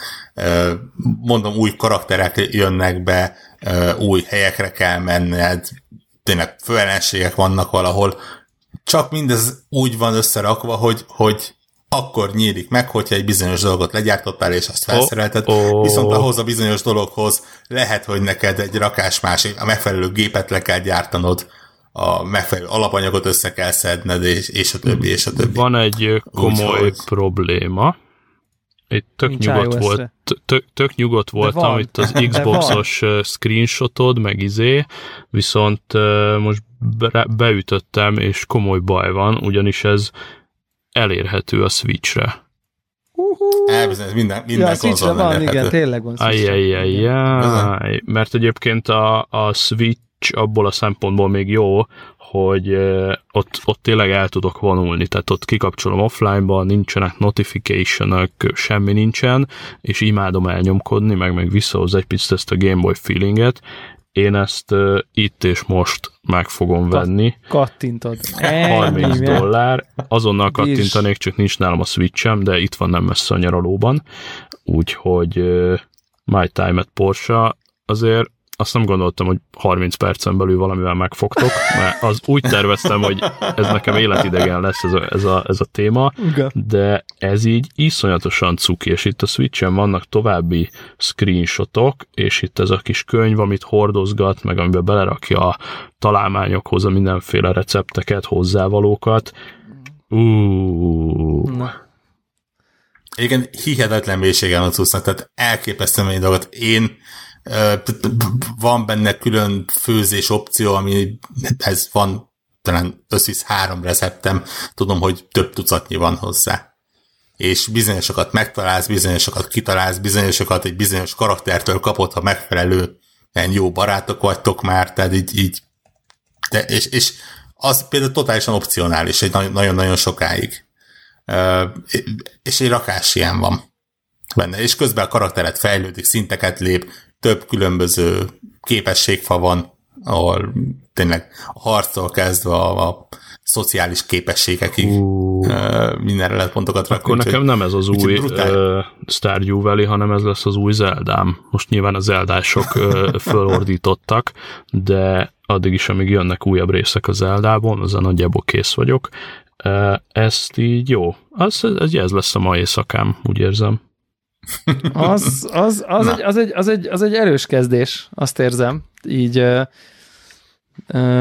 Mondom, új karakterek jönnek be, új helyekre kell menned, tényleg főellenségek vannak valahol. Csak mindez úgy van összerakva, hogy, hogy akkor nyílik meg, hogyha egy bizonyos dolgot legyártottál, és azt felszerelted, oh, oh. viszont ahhoz a bizonyos dologhoz lehet, hogy neked egy rakás másik, a megfelelő gépet le kell gyártanod, a megfelelő alapanyagot össze kell szedned, és, és a többi, és a többi. Van egy komoly úgy, probléma. Itt tök Nincs nyugodt volt, tök, tök nyugodt voltam, itt az Xboxos screenshotod, meg izé, viszont uh, most be, beütöttem, és komoly baj van, ugyanis ez elérhető a Switchre. Uh-huh. Elbizony, minden, minden ja, konzolon van, elérhető. Igen, tényleg van. Ajjajjajjaj, mert egyébként a, a Switch abból a szempontból még jó, hogy uh, ott, ott tényleg el tudok vonulni, tehát ott kikapcsolom offline-ba, nincsenek notification-ök, semmi nincsen, és imádom elnyomkodni, meg meg visszahoz egy picit ezt a Game Boy feelinget. Én ezt uh, itt és most meg fogom Kat- venni. Kattintod. harminc dollár. Azonnal kattintanék, csak nincs nálam a Switchem, de itt van nem messze a nyaralóban. Úgyhogy uh, My Time at Porsche azért azt nem gondoltam, hogy harminc percen belül valamivel megfogtok, mert az úgy terveztem, hogy ez nekem életidegen lesz ez a, ez a, ez a téma, de ez így iszonyatosan cuki, és itt a Switchen vannak további screenshotok, és itt ez a kis könyv, amit hordozgat, meg amiben belerakja a találmányokhoz a mindenféle recepteket, hozzávalókat. Uuuuh. Igen, hihetetlen mélységen a cuccnak, tehát elképesztő mennyi dolgot. Én van benne külön főzés opció, ami ez van, talán összvisz három receptem, tudom, hogy több tucatnyi van hozzá. És bizonyosokat megtalálsz, bizonyosokat kitalálsz, bizonyosokat egy bizonyos karaktertől kapod, ha megfelelő jó barátok vagytok már, tehát így, így de, és, és az például totálisan opcionális, egy nagyon-nagyon sokáig. És egy rakás ilyen van benne, és közben a karakteret fejlődik, szinteket lép, több különböző képességfa van, ahol tényleg a harctól kezdve a, a szociális képességekig uh, mindenre lehet pontokat rakni. Akkor nekem nem ez az új uh, Stardew Valley, hanem ez lesz az új Zeldám. Most nyilván a zeldások uh, fölordítottak, de addig is, amíg jönnek újabb részek a Zeldából, azon nagyjából kész vagyok. Uh, ezt így jó. Az, ez, ez lesz a mai éjszakám, úgy érzem. Az, az, az, egy, az, egy, az, egy, az egy erős kezdés, azt érzem. Így uh, uh,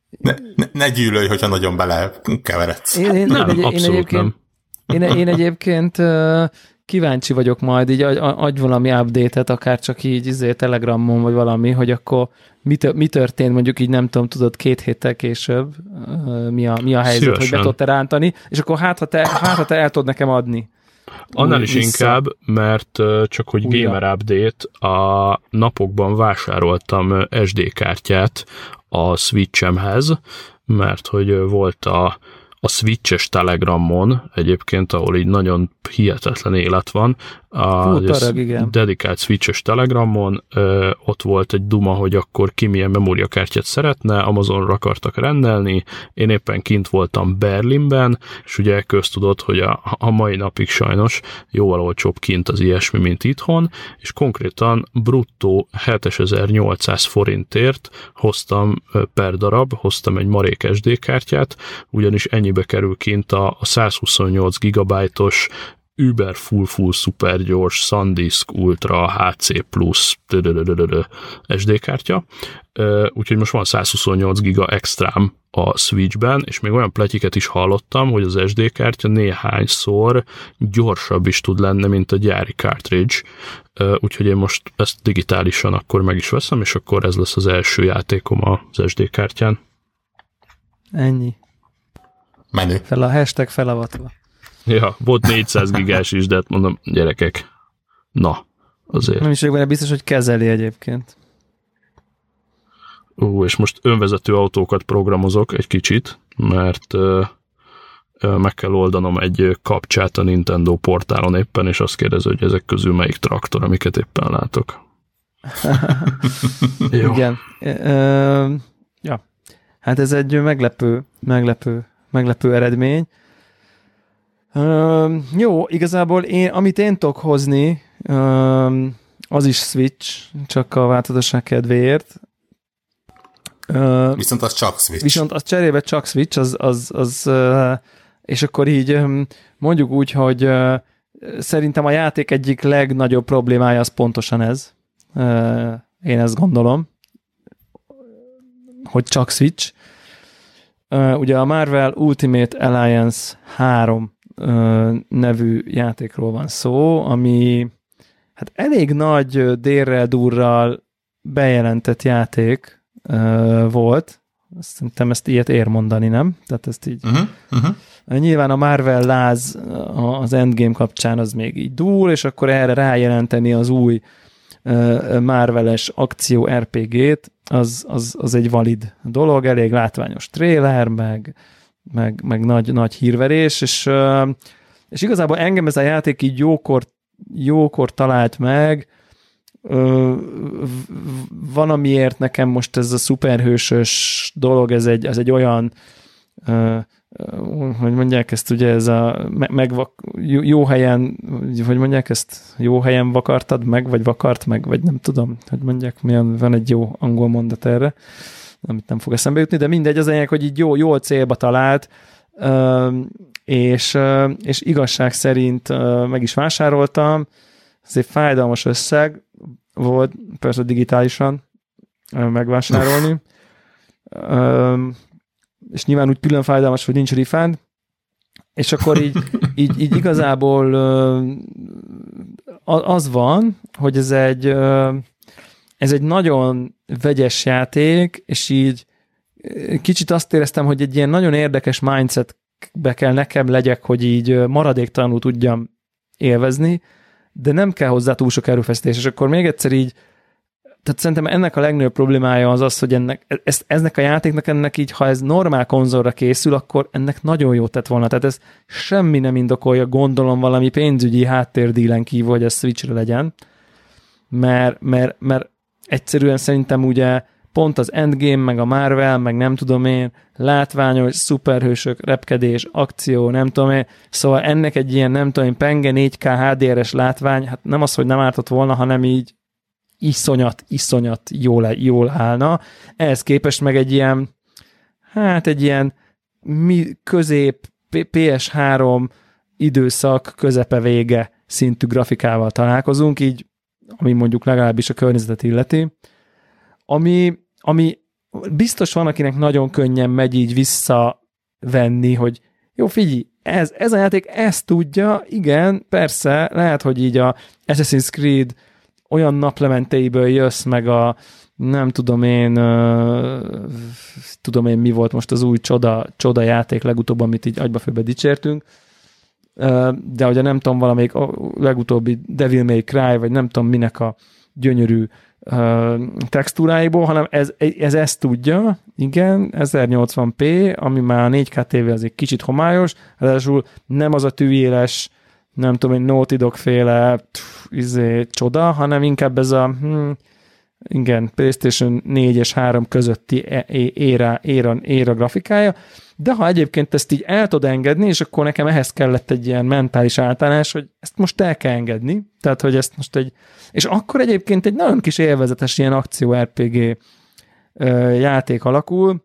Ne, ne, ne gyűlölj, hogyha nagyon belekeveredsz. Én, én, nem, én, abszolút én egyébként, nem. Én, én egyébként uh, kíváncsi vagyok majd, így adj valami update-et, akár csak így izé, Telegramon, vagy valami, hogy akkor mi, mi történt, mondjuk így nem tudom, tudod, két héttel később, uh, mi, a, mi a helyzet, Szívesen. Hogy be tudod rántani, és akkor hát ha, te, hát, ha te el tudod nekem adni. Annál is vissza. Inkább, mert csak hogy Újra. Gamer Update, a napokban vásároltam es dé kártyát a Switchemhez, mert hogy volt a a Switches Telegramon egyébként, ahol így nagyon hihetetlen élet van. A Hú, tarag, dedikált Switches Telegramon ö, ott volt egy duma, hogy akkor ki milyen memóriakártyát szeretne, Amazonra akartak rendelni, én éppen kint voltam Berlinben, és ugye köztudott, hogy a, a mai napig sajnos jóval olcsóbb kint az ilyesmi, mint itthon, és konkrétan bruttó hétezer-nyolcszáz forintért hoztam per darab, hoztam egy marék es dé kártyát, ugyanis ennyibe kerül kint a, a százhuszonnyolc gigabájtos Uber Full Full Super gyors SanDisk Ultra há cé Plus es dé kártya, úgyhogy most van százhuszonnyolc giga extrám a Switchben, és még olyan pletyiket is hallottam, hogy az es dé kártya néhányszor gyorsabb is tud lenni, mint a gyári cartridge, úgyhogy én most ezt digitálisan akkor meg is veszem, és akkor ez lesz az első játékom az es dé kártyán. Ennyi. Menő. Fel a hashtag felavatva. Ja, volt négyszáz gigás is, de hát mondom, gyerekek, na, azért. Nem is vagyok benne biztos, hogy kezeli egyébként. Ú, és most önvezető autókat programozok egy kicsit, mert uh, meg kell oldanom egy kapcsát a Nintendo portálon éppen, és azt kérdező, hogy ezek közül melyik traktor, amiket éppen látok. Igen. Uh, ja. Hát ez egy meglepő, meglepő, meglepő eredmény. Uh, jó, igazából én, amit én tudok hozni, uh, az is Switch, csak a változatosság kedvéért. Uh, viszont az csak Switch. Viszont az cserébe csak Switch, az, az, az uh, és akkor így um, mondjuk úgy, hogy uh, szerintem a játék egyik legnagyobb problémája az pontosan ez. Uh, én ezt gondolom, hogy csak Switch. Uh, ugye a Marvel Ultimate Alliance három nevű játékról van szó, ami hát elég nagy dérrel, durral bejelentett játék uh, volt. Szerintem ezt ilyet ér mondani, nem? Tehát ezt így... Uh-huh, uh-huh. Nyilván a Marvel láz az Endgame kapcsán az még így dúl, és akkor erre rájelenteni az új uh, Marvel-es akció er pé gét, az, az, az egy valid dolog, elég látványos trailer, meg meg, meg nagy, nagy hírverés, és, és igazából engem ez a játék így jókor, jókor talált meg. Van, amiért nekem most ez a szuperhősös dolog, ez egy, ez egy olyan, hogy mondják ezt, ugye ez a megvak, jó helyen, hogy mondják ezt, jó helyen vakartad meg, vagy vakart meg, vagy nem tudom, hogy mondják, milyen, van egy jó angol mondat erre, amit nem fog eszembe jutni, de mindegy, az lényeg, hogy így jó, jól célba talált, és, és igazság szerint meg is vásároltam, ez egy fájdalmas összeg volt, persze digitálisan megvásárolni, és nyilván úgy külön fájdalmas, hogy nincs refund, és akkor így, így, így igazából az van, hogy ez egy ez egy nagyon vegyes játék, és így kicsit azt éreztem, hogy egy ilyen nagyon érdekes mindsetbe kell nekem legyek, hogy így maradéktalanul tudjam élvezni, de nem kell hozzá túl sok erőfeszítés, és akkor még egyszer így, tehát szerintem ennek a legnagyobb problémája az az, hogy ennek, ez, eznek a játéknak ennek így, ha ez normál konzolra készül, akkor ennek nagyon jót tett volna, tehát ez semmi nem indokolja, gondolom valami pénzügyi háttérdílen kívül, hogy ez Switchre legyen, mert, mert, mert egyszerűen szerintem ugye pont az Endgame, meg a Marvel, meg nem tudom én, látványos, szuperhősök, repkedés, akció, nem tudom én, szóval ennek egy ilyen, nem tudom én, penge négy ká há dé er-es látvány, hát nem az, hogy nem ártott volna, hanem így iszonyat, iszonyat jól, jól állna. Ehhez képest meg egy ilyen, hát egy ilyen mi, közép pé es három időszak közepe vége szintű grafikával találkozunk, így ami mondjuk legalábbis a környezetet illeti, ami, ami biztos van, akinek nagyon könnyen megy így visszavenni, hogy jó, figyelj, ez, ez a játék ezt tudja, igen, persze, lehet, hogy így a Assassin's Creed olyan naplementeiből jössz, meg a nem tudom én, uh, tudom én mi volt most az új csoda, csoda játék legutóbb, amit így agyba-főbe dicsértünk, uh, de ugye nem tudom, valamelyik a legutóbbi Devil May Cry, vagy nem tudom minek a gyönyörű uh, textúráiból, hanem ez, ez ezt tudja, igen, ezernyolcvan pé, ami már a négy ká tévé az egy kicsit homályos, ráadásul nem az a tűéles, nem tudom én, Naughty Dog féle pff, izé, csoda, hanem inkább ez a hm, igen, PlayStation négy és három közötti éra, éra, éra grafikája, de ha egyébként ezt így el tud engedni, és akkor nekem ehhez kellett egy ilyen mentális átállás, hogy ezt most el kell engedni, tehát, hogy ezt most egy, és akkor egyébként egy nagyon kis élvezetes ilyen akció er pé gé játék alakul,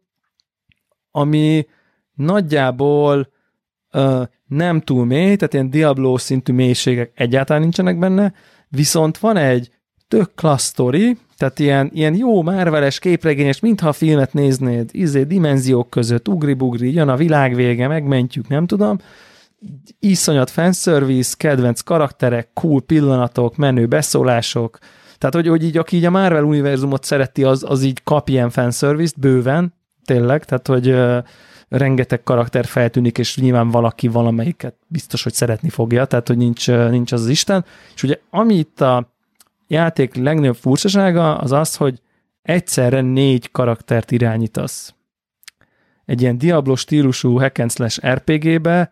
ami nagyjából ö, nem túl mély, tehát ilyen Diablo szintű mélységek egyáltalán nincsenek benne, viszont van egy tök klassz sztori, tehát ilyen, ilyen jó márveles képregényes, mintha a filmet néznéd, izé, dimenziók között, ugri-bugri, jön a világ vége, megmentjük, nem tudom, iszonyat fanservice, kedvenc karakterek, cool pillanatok, menő beszólások, tehát hogy, hogy így, aki így a Marvel univerzumot szereti, az, az így kap ilyen fanservice-t bőven, tényleg, tehát hogy uh, rengeteg karakter feltűnik, és nyilván valaki valamelyiket biztos, hogy szeretni fogja, tehát hogy nincs, nincs az az Isten, és ugye ami itt a játék legnagyobb furcsasága az az, hogy egyszerre négy karaktert irányítasz. Egy ilyen Diablo stílusú hack and slash er pé gé-be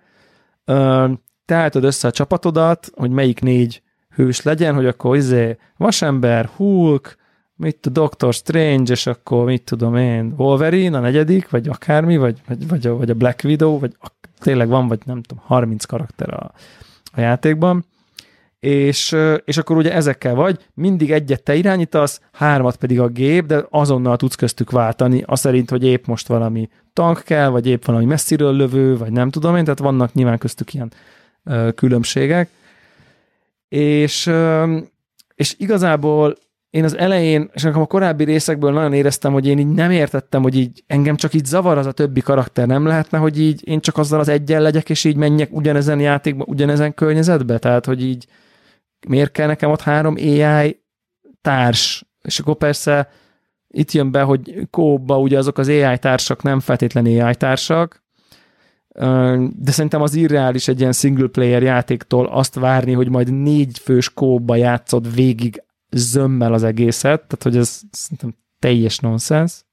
te álltad össze a csapatodat, hogy melyik négy hős legyen, hogy akkor izé Vasember, Hulk, mit a Doctor Strange, és akkor mit tudom én, Wolverine a negyedik, vagy akármi, vagy, vagy, vagy, a, vagy a Black Widow, vagy a, tényleg van, vagy nem tudom, harminc karakter a, a játékban. És, és akkor ugye ezekkel vagy, mindig egyet te irányítasz, hármat pedig a gép, de azonnal tudsz köztük váltani, az szerint, hogy épp most valami tank kell, vagy épp valami messziről lövő, vagy nem tudom én, tehát vannak nyilván köztük ilyen ö, különbségek. És, ö, és igazából én az elején, és nekem a korábbi részekből nagyon éreztem, hogy én így nem értettem, hogy így engem csak így zavar az a többi karakter, nem lehetne, hogy így én csak azzal az egyen legyek, és így menjek ugyanezen játékba, ugyanezen környezetbe, tehát hogy így miért kell nekem ott három á i társ, és akkor persze itt jön be, hogy kóba ugye azok az á i társak nem feltétlen á i társak, de szerintem az irreális egy ilyen single player játéktól azt várni, hogy majd négy fős kóba játszod végig zömmel az egészet, tehát hogy ez szerintem teljes nonsens.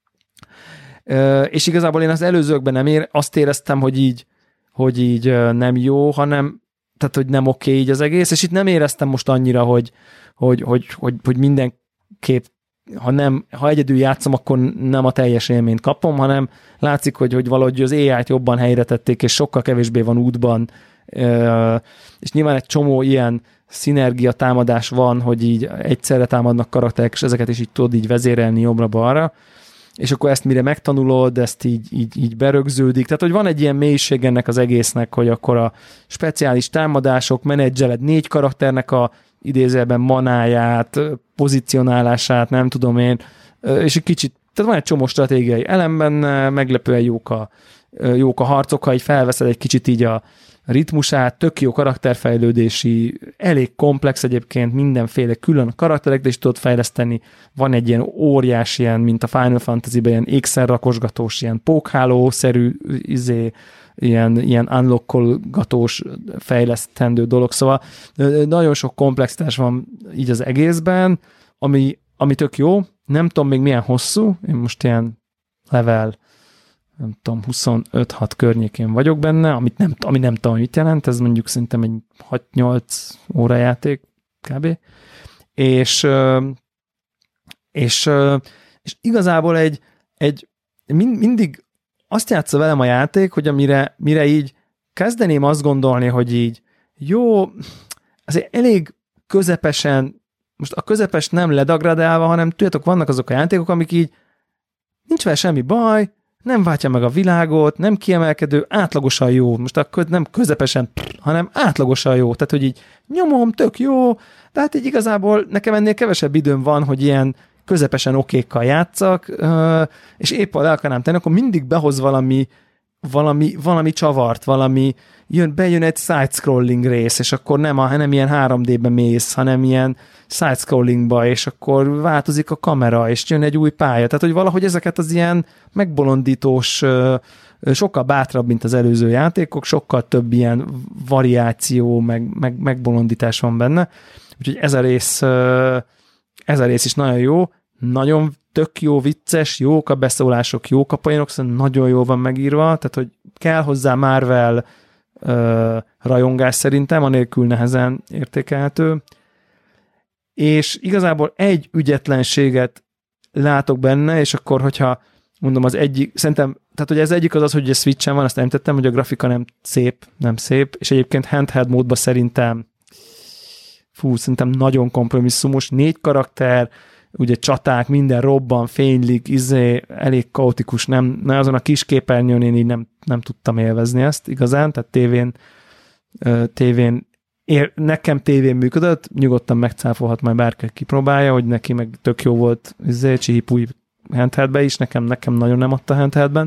És igazából én az előzőkben nem ér, azt éreztem, hogy így, hogy így nem jó, hanem tehát, hogy nem oké így az egész, és itt nem éreztem most annyira, hogy, hogy, hogy, hogy, hogy mindenképp, ha, nem, ha egyedül játszom, akkor nem a teljes élményt kapom, hanem látszik, hogy, hogy valahogy az á i-t jobban helyre tették, és sokkal kevésbé van útban, és nyilván egy csomó ilyen szinergia támadás van, hogy így egyszerre támadnak karakterek, és ezeket is így tudod így vezérelni jobbra-balra, és akkor ezt mire megtanulod, ezt így, így, így berögződik. Tehát, hogy van egy ilyen mélység ennek az egésznek, hogy akkor a speciális támadások, menedzseled négy karakternek a idézőjelben manáját, pozícionálását, nem tudom én, és egy kicsit, tehát van egy csomó stratégiai elem benne, meglepően jók a, jók a harcok, ha így felveszed egy kicsit így a ritmusát, tök jó karakterfejlődési, elég komplex egyébként, mindenféle külön karakterek, de is tudod fejleszteni. Van egy ilyen óriás, ilyen, mint a Final Fantasy-ben, ilyen ékszerrakosgatós, ilyen pókhálószerű, izé, ilyen, ilyen unlockolgatós, fejlesztendő dolog. Szóval nagyon sok komplexitás van így az egészben, ami, ami tök jó. Nem tudom még milyen hosszú, én most ilyen level nem tudom, huszonöt hat környékén vagyok benne, amit nem, ami nem tudom, mit jelent, ez mondjuk szerintem egy hat-nyolc óra játék kb. És, és, és igazából egy, egy mindig azt játsza velem a játék, hogy amire mire így kezdeném azt gondolni, hogy így jó, azért elég közepesen, most a közepes nem ledagradálva, hanem tudjátok, vannak azok a játékok, amik így nincs vele semmi baj, nem váltja meg a világot, nem kiemelkedő, átlagosan jó. Most akkor nem közepesen, hanem átlagosan jó. Tehát, hogy így nyomom, tök jó, de hát így igazából nekem ennél kevesebb időm van, hogy ilyen közepesen okékkal játszak, és épp le akarnám tenni, akkor mindig behoz valami, valami, valami csavart, valami, jön, bejön egy side-scrolling rész, és akkor nem, a, nem ilyen három dé-be mész, hanem ilyen side-scrollingba, és akkor változik a kamera, és jön egy új pálya. Tehát, hogy valahogy ezeket az ilyen megbolondítós, sokkal bátrabb, mint az előző játékok, sokkal több ilyen variáció, meg, meg, megbolondítás van benne. Úgyhogy ez a rész, ez a rész is nagyon jó, nagyon tök jó, vicces, jók a beszólások, jók a poénok, szóval nagyon jó van megírva, tehát, hogy kell hozzá Marvel uh, rajongás szerintem, anélkül nehezen értékelhető. És igazából egy ügyetlenséget látok benne, és akkor, hogyha mondom, az egyik, szerintem, tehát hogy ez egyik az az, hogy a Switchen van, azt nem tettem, hogy a grafika nem szép, nem szép, és egyébként handheld módban szerintem fú, szerintem nagyon kompromisszumos, négy karakter, ugye csaták, minden robban, fénylik, izé, elég kaotikus, nem, nem azon a kis képernyőn én így nem, nem tudtam élvezni ezt igazán, tehát tévén, tévén ér, nekem tévén működött, nyugodtan megcáfolhat majd bárki kipróbálja, hogy neki meg tök jó volt izé, csípúj handheldbe is, nekem, nekem nagyon nem adta handheldben.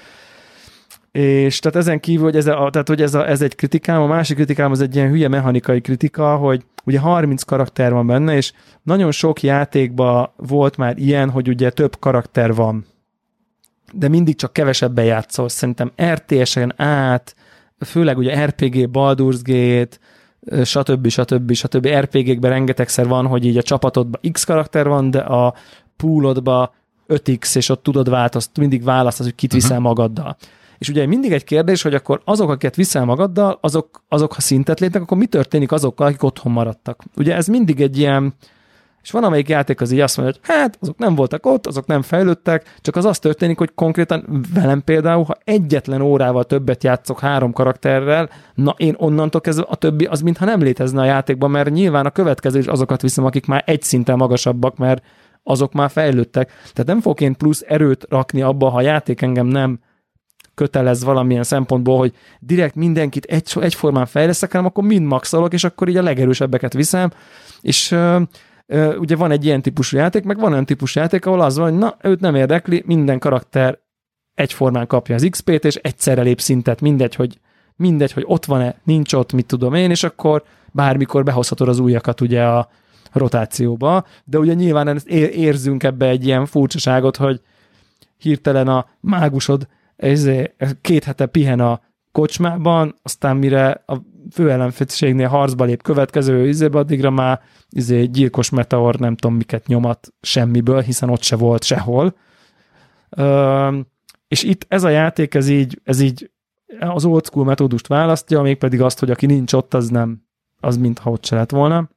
És tehát ezen kívül, hogy ez, a, tehát, hogy ez, a, ez egy kritikám, a másik kritikám az egy ilyen hülye mechanikai kritika, hogy ugye harminc karakter van benne, és nagyon sok játékban volt már ilyen, hogy ugye több karakter van, de mindig csak kevesebben játszol. Szerintem er té es-en át, főleg ugye er pé gé, Baldur's Gate, stb. stb. stb. er pé gékben rengetegszer van, hogy így a csapatodban X karakter van, de a poolodban öt iksz, és ott tudod változt, mindig választasz, hogy kit viszel magaddal. És ugye mindig egy kérdés, hogy akkor azok, akiket viszel magaddal, azok, azok ha szintet lépnek, akkor mi történik azokkal, akik otthon maradtak? Ugye ez mindig egy ilyen, és van amelyik játék az így azt mondja, hogy hát azok nem voltak ott, azok nem fejlődtek, csak az az történik, hogy konkrétan velem például, ha egyetlen órával többet játszok három karakterrel, na én onnantól kezdve a többi az mintha nem létezne a játékban, mert nyilván a következő is azokat viszem, akik már egy szinten magasabbak, mert azok már fejlődtek. Tehát nem fogok én plusz erőt rakni abba, ha a játék engem nem kötelez valamilyen szempontból, hogy direkt mindenkit egy, egyformán fejlesztek, hanem akkor mind maxolok, és akkor így a legerősebbeket viszem, és ö, ö, ugye van egy ilyen típusú játék, meg van olyan típusú játék, ahol az van, hogy na, őt nem érdekli, minden karakter egyformán kapja az iksz pét, és egyszerre lép szintet, mindegy, hogy mindegy, hogy ott van-e, nincs ott, mit tudom én, és akkor bármikor behozhatod az újakat ugye a rotációba, de ugye nyilván érzünk ebbe egy ilyen furcsaságot, hogy hirtelen a mágusod két hete pihen a kocsmában, aztán mire a főellenfélségnél harcba lép következő izébe, addigra már izé, gyilkos meteor nem tudom miket nyomat semmiből, hiszen ott se volt sehol. Ö, és itt ez a játék, ez így, ez így az old school metódust választja, mégpedig azt, hogy aki nincs ott, az nem, az mintha ott se lett volna.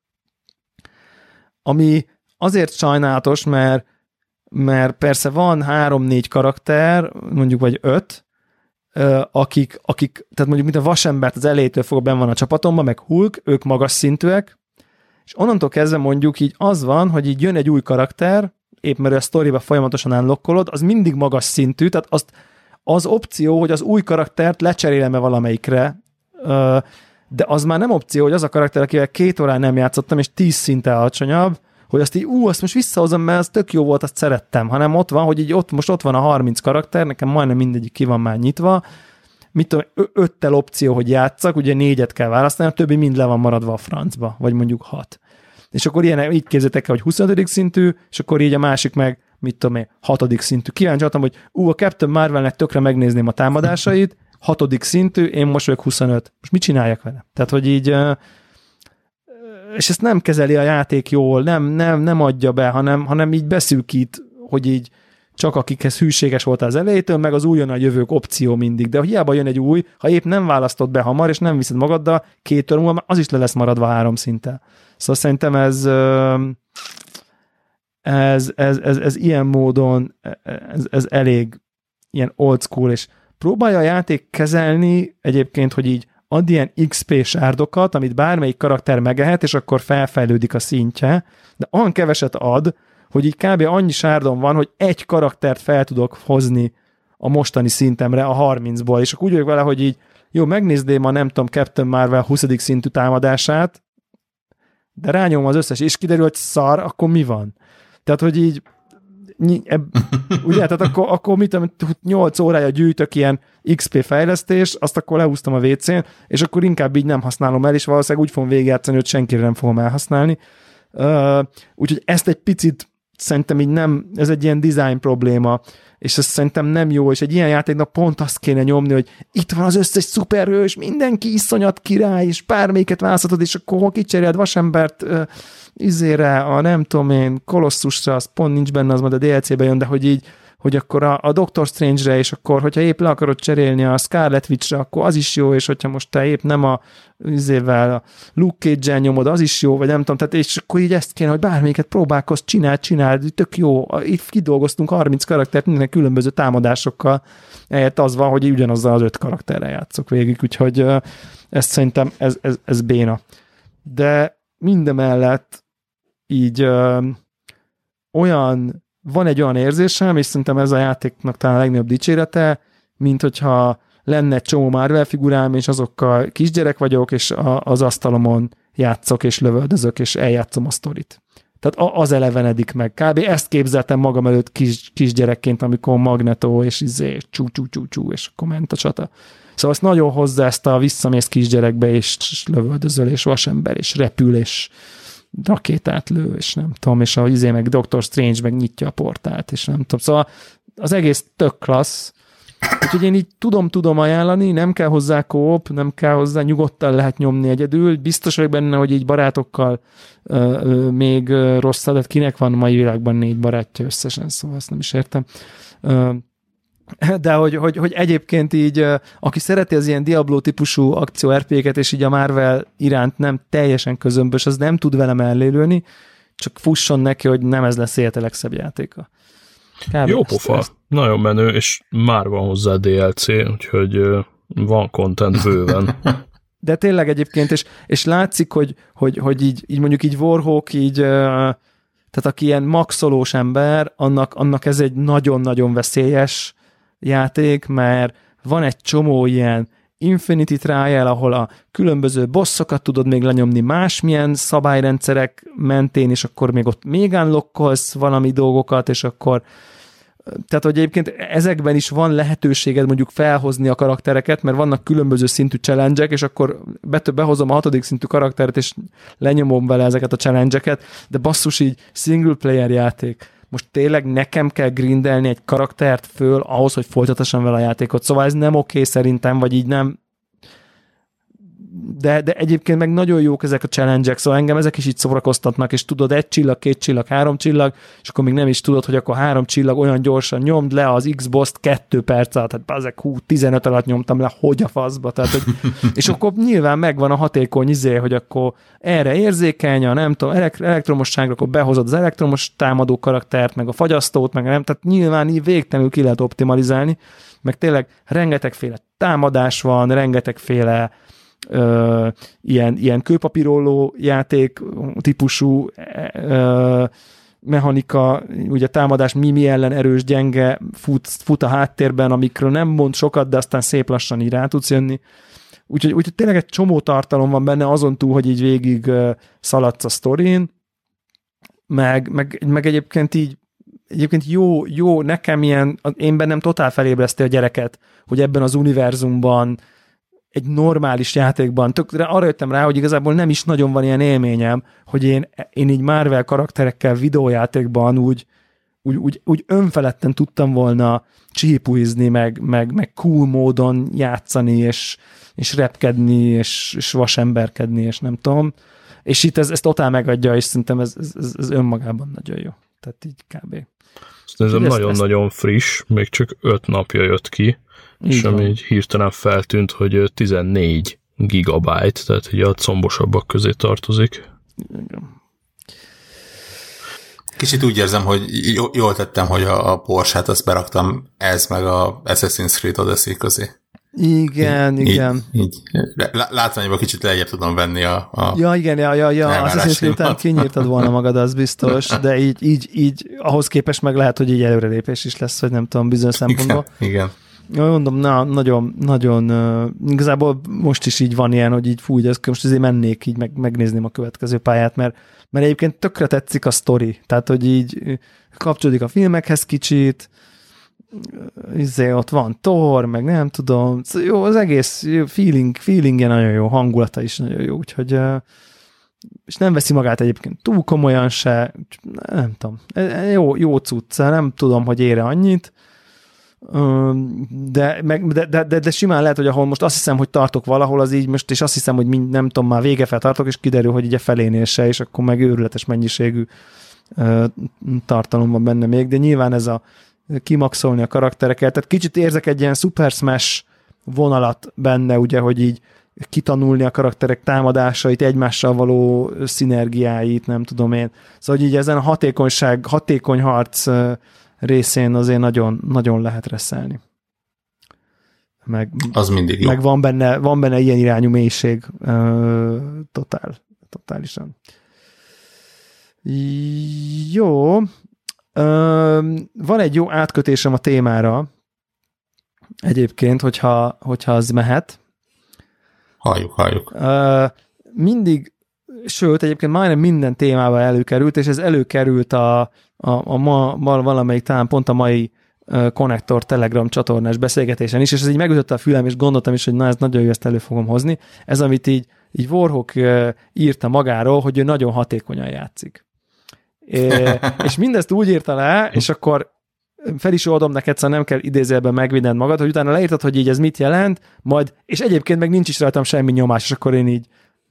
Ami azért sajnálatos, mert mert persze van három-négy karakter, mondjuk vagy öt, akik, akik, tehát mondjuk mint a vasembert az elejétől fogva benn van a csapatomban, meg Hulk, ők magas szintűek, és onnantól kezdve mondjuk így az van, hogy így jön egy új karakter, épp mert a sztoriba folyamatosan unlockolod, az mindig magas szintű, tehát azt, az opció, hogy az új karaktert lecserélem-e valamelyikre, de az már nem opció, hogy az a karakter, akivel két órán nem játszottam, és tíz szinten alacsonyabb, hogy azt így, ú, azt most visszahozom, mert az tök jó volt, azt szerettem, hanem ott van, hogy így ott, most ott van a harminc karakter, nekem majdnem mindegyik ki van már nyitva, mit tudom, öttel opció, hogy játszak, ugye négyet kell választani, a többi mind le van maradva a francba, vagy mondjuk hat. És akkor ilyen, így képzeljétek el, hogy huszonötödik szintű, és akkor így a másik meg, mit tudom én, hatodik szintű. Kíváncsi voltam, hogy ú, a Captain Marvelnek tökre megnézném a támadásait, hatodik szintű, én most vagyok huszonöt. Most mit csináljak vele? Tehát, hogy így és ezt nem kezeli a játék jól, nem, nem, nem adja be, hanem, hanem így beszűkít, hogy így csak akikhez hűséges volt az elejétől, meg az újon a jövők opció mindig. De hiába jön egy új, ha épp nem választod be hamar, és nem viszed magaddal, két óra múlva az is le lesz maradva három szinten. Szóval szerintem ez, ez, ez, ez, ez ilyen módon ez, ez elég ilyen old school, és próbálja a játék kezelni egyébként, hogy így ad ilyen iksz pé sárdokat, amit bármelyik karakter megehet, és akkor felfejlődik a szintje, de olyan keveset ad, hogy így kb. Annyi sárdom van, hogy egy karaktert fel tudok hozni a mostani szintemre a harmincból, és akkor úgy vagyok vele, hogy így jó, megnézném a nem tudom, Captain Marvel huszadik szintű támadását, de rányomom az összes, és kiderül, hogy szar, akkor mi van? Tehát, hogy így ebb, ugye, tehát akkor, akkor mit tudom, nyolc órája gyűjtök ilyen iksz pé fejlesztés, azt akkor lehúztam a vé cén, és akkor inkább így nem használom el, és valószínűleg úgy fogom végigjátszani, hogy senkire nem fogom elhasználni. Uh, úgyhogy ezt egy picit szerintem így nem, ez egy ilyen design probléma, és ez szerintem nem jó, és egy ilyen játéknak pont azt kéne nyomni, hogy itt van az összes szuperhős, mindenki iszonyat király, és bármelyiket választhatod, és akkor kicseréled vasembert uh, izére, a nem tudom én, Kolosszusra, az pont nincs benne, az majd a dé el cé-be jön, de hogy így, hogy akkor a, a Doctor Strange-re, és akkor, hogyha épp le akarod cserélni a Scarlet Witch-re, akkor az is jó, és hogyha most te épp nem a izével, a Luke Cage-en nyomod, az is jó, vagy nem tudom, tehát és akkor így ezt kéne, hogy bármelyiket próbálkozz, csináld, csináld, tök jó. Itt kidolgoztunk harminc karaktert mindenek különböző támadásokkal, ehelyett az van, hogy ugyanazzal az öt karakterrel játszok végig, úgyhogy ezt szerintem ez, ez, ez béna. De mindemellett így ö, olyan, van egy olyan érzésem, és szerintem ez a játéknak talán a legnagyobb dicsérete, mint hogyha lenne egy csomó Marvel figurám, és azokkal kisgyerek vagyok, és a, az asztalomon játszok, és lövöldözök, és eljátszom a sztorit. Tehát az elevenedik meg. Kb. Ezt képzeltem magam előtt kis, kisgyerekként, amikor Magneto, és izé, csú, csú, csú, csú, és akkor ment a csata. Szóval azt nagyon hozzá ezt a visszamész kisgyerekbe, és lövöldözöl, és vasember, és repül, és rakétát lő, és nem tudom, és ahogy izé meg Doctor Strange meg nyitja a portált, és nem tudom. Szóval az egész tök klassz. Úgyhogy én így tudom-tudom ajánlani, nem kell hozzá kóp, nem kell hozzá, nyugodtan lehet nyomni egyedül. Biztos vagyok benne, hogy így barátokkal uh, uh, még uh, rosszabb, tehát kinek van a mai világban négy barátja összesen, szóval ezt nem is értem. Uh, de hogy, hogy, hogy egyébként így, uh, aki szereti az ilyen Diablo típusú akció er pé gé-ket, és így a Marvel iránt nem teljesen közömbös, az nem tud vele mellélőni, csak fusson neki, hogy nem ez lesz élete legszebb játéka. Kb. Jó pofa, ezt. Nagyon menő, és már van hozzá dé el cé, úgyhogy uh, van content bőven. De tényleg egyébként, és, és látszik, hogy, hogy, hogy így, így mondjuk így Warhawk, így, uh, tehát aki ilyen maxolós ember, annak, annak ez egy nagyon-nagyon veszélyes játék, mert van egy csomó ilyen Infinity Trial, ahol a különböző bosszokat tudod még lenyomni másmilyen szabályrendszerek mentén, és akkor még ott még unlockolsz valami dolgokat, és akkor tehát, hogy egyébként ezekben is van lehetőséged mondjuk felhozni a karaktereket, mert vannak különböző szintű challenge-ek, és akkor behozom a hatodik szintű karakteret, és lenyomom vele ezeket a challenge-eket, de basszus így single player játék. Most tényleg nekem kell grindelni egy karaktert föl ahhoz, hogy folytatassam vele a játékot. Szóval ez nem oké szerintem, vagy így nem. De, de egyébként meg nagyon jók ezek a challenge-ek, szóval engem ezek is így szórakoztatnak, és tudod, egy csillag, két csillag, három csillag, és akkor még nem is tudod, hogy akkor három csillag olyan gyorsan nyomd le az X-boss-t kettő perc alatt, tehát bazeg, hú, tizenöt alatt nyomtam le, hogy a faszba, tehát, hogy, és akkor nyilván megvan a hatékony izé, hogy akkor erre érzékeny, a nem tudom, elektromosságra, akkor behozod az elektromos támadó karaktert, meg a fagyasztót, meg nem, tehát nyilván így végtelenül ki lehet optimalizálni, meg tényleg rengetegféle támadás van, rengetegféle Ö, ilyen, ilyen kőpapírolló játék típusú ö, mechanika, ugye támadás mimi ellen erős, gyenge, fut, fut a háttérben, amikről nem mond sokat, de aztán szép lassan így rá tudsz jönni. Úgyhogy, úgyhogy tényleg egy csomó tartalom van benne, azon túl, hogy így végig uh, szaladsz a sztorin, meg, meg, meg egyébként így egyébként jó, jó, nekem ilyen, én bennem totál felébreszti a gyereket, hogy ebben az univerzumban egy normális játékban, tökre arra jöttem rá, hogy igazából nem is nagyon van ilyen élményem, hogy én, én így Marvel karakterekkel videójátékban úgy, úgy, úgy, úgy önfeledten tudtam volna csípuizni, meg, meg, meg cool módon játszani, és, és repkedni, és, és vasemberkedni, és nem tudom. És itt ez, ez totál megadja, és szerintem ez, ez, ez önmagában nagyon jó. Tehát így kb. Ez nagyon-nagyon friss, még csak öt napja jött ki, így és van. Ami így hirtelen feltűnt, hogy tizennégy gigabyte, tehát így a combosabbak közé tartozik. Igen. Kicsit úgy érzem, hogy jól tettem, hogy a Porsche-t azt beraktam ez meg a Assassin's Creed Odyssey közé. Igen, így, igen. Így, így. Látványban kicsit lejjebb tudom venni a, a Ja, igen, ja, ja, ja. Assassin's Creed után kinyírtad volna magad, az biztos, de így, így, így ahhoz képest meg lehet, hogy így előrelépés is lesz, vagy nem tudom, bizonyos szempontból. Igen, igen. mondom, na, nagyon, nagyon, uh, igazából most is így van ilyen, hogy így fú, ez, most azért mennék így meg, megnézném a következő pályát, mert, mert egyébként tökre tetszik a sztori, tehát, hogy így kapcsolódik a filmekhez kicsit, izé, ott van Thor, meg nem tudom, jó, az egész feeling, feelingje nagyon jó, hangulata is nagyon jó, úgyhogy uh, és nem veszi magát egyébként túl komolyan se, nem tudom, jó, jó cucc, nem tudom, hogy ére annyit, de, meg, de, de, de, de simán lehet, hogy ahol most azt hiszem, hogy tartok valahol, az így most, és azt hiszem, hogy mind, nem tudom, már vége fel tartok, és kiderül, hogy így a felénél se, és akkor meg őrületes mennyiségű tartalom van benne még, de nyilván ez a kimaxolni a karaktereket, tehát kicsit érzek egy ilyen Super Smash vonalat benne, ugye, hogy így kitanulni a karakterek támadásait, egymással való szinergiáit, nem tudom én. Szóval, hogy így ezen a hatékonyság, hatékony harc részén azért nagyon, nagyon lehet reszelni. Meg, az mindig jó. Meg van benne, van benne ilyen irányú mélység totál, totálisan. Jó. Van egy jó átkötésem a témára egyébként, hogyha, hogyha az mehet. Halljuk, halljuk. Mindig, sőt, egyébként majdnem minden témában előkerült, és ez előkerült a, a, a ma, valamelyik talán pont a mai Konnektor Telegram csatornás beszélgetésen is, és ez így megütötte a fülem, és gondoltam is, hogy na, ez nagyon jó, ezt elő fogom hozni. Ez, amit így, így Warhawk írta magáról, hogy ő nagyon hatékonyan játszik. É, és mindezt úgy írta le, és akkor fel is oldom neked, szóval nem kell idézőjelben megvédned magad, hogy utána leírtad, hogy így ez mit jelent, majd, és egyébként meg nincs is rajtam semmi nyomás, és akkor én így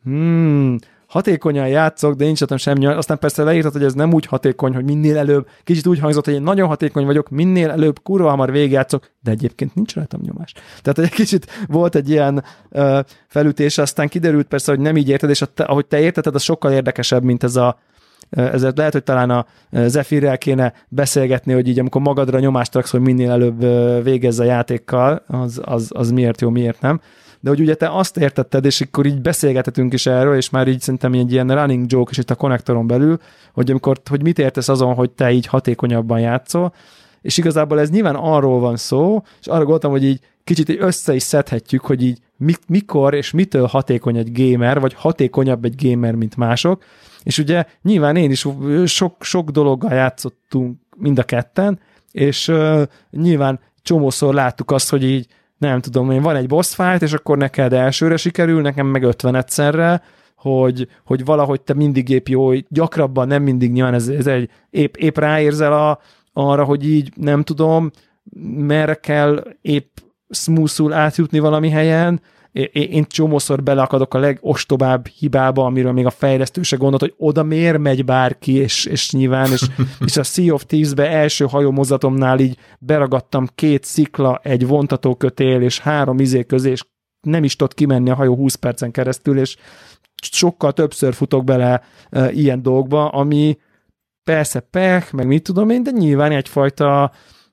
hmm, hatékonyan játszok, de nincs rajtam semmi nyomás. Aztán persze leírtad, hogy ez nem úgy hatékony, hogy minél előbb, kicsit úgy hangzott, hogy én nagyon hatékony vagyok, minél előbb kurva hamar végigjátszok, de egyébként nincs rajtam nyomás. Tehát egy kicsit volt egy ilyen uh, felütés, aztán kiderült persze, hogy nem így érted, és te, ahogy te érteted, az sokkal érdekesebb, mint ez a ezért lehet, hogy talán a Zephyrrel kéne beszélgetni, hogy így amikor magadra nyomást raksz, hogy minél előbb végezz a játékkal, az, az, az miért jó, miért nem. De hogy ugye te azt értetted, és akkor így beszélgethetünk is erről, és már így szerintem egy ilyen running joke is itt a Konnektoron belül, hogy amikor, hogy mit értesz azon, hogy te így hatékonyabban játszol, és igazából ez nyilván arról van szó, és arra gondoltam, hogy így kicsit így össze is szedhetjük, hogy így mikor és mitől hatékony egy gamer, vagy hatékonyabb egy gamer, mint mások. És ugye nyilván én is sok, sok dologgal játszottunk mind a ketten, és uh, nyilván csomószor láttuk azt, hogy így nem tudom, én van egy boss fight, és akkor neked elsőre sikerül, nekem meg ötven egyszerre, hogy, hogy valahogy te mindig épp jó, gyakrabban, nem mindig nyilván ez, ez egy, épp, épp ráérzel a, arra, hogy így nem tudom, merre kell épp smoothul átjutni valami helyen. Én csomószor beleakadok a legostobább hibába, amiről még a fejlesztő se gondolt, hogy oda miért megy bárki, és, és nyilván, és, és a Sea of Thieves-be első hajómozatomnál így beragadtam két szikla, egy vontatókötél, és három izé közé, és nem is tudott kimenni a hajó húsz percen keresztül, és sokkal többször futok bele uh, ilyen dolgokba, ami persze pech, meg mit tudom én, de nyilván egyfajta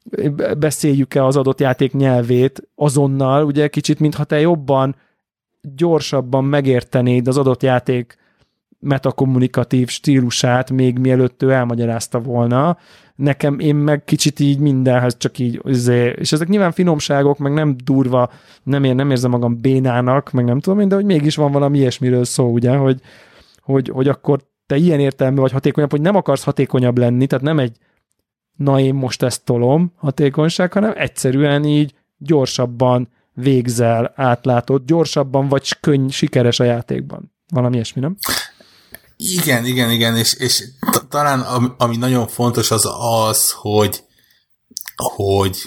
beszéljük-e az adott játék nyelvét azonnal, ugye kicsit, mintha te jobban, gyorsabban megértenéd az adott játék metakommunikatív stílusát, még mielőtt ő elmagyarázta volna. Nekem én meg kicsit így mindenhez csak így, és ezek nyilván finomságok, meg nem durva, nem, ér, nem érzem magam bénának, meg nem tudom én, de hogy mégis van valami ilyesmiről szó, ugye, hogy, hogy, hogy akkor te ilyen értelemben vagy hatékonyabb, hogy nem akarsz hatékonyabb lenni, tehát nem egy na én most ezt tolom hatékonyság, hanem egyszerűen így gyorsabban végzel, átlátod, gyorsabban vagy könny, sikeres a játékban. Valami ilyesmi, nem? Igen, igen, igen, és, és t- talán ami, ami nagyon fontos az az, hogy hogy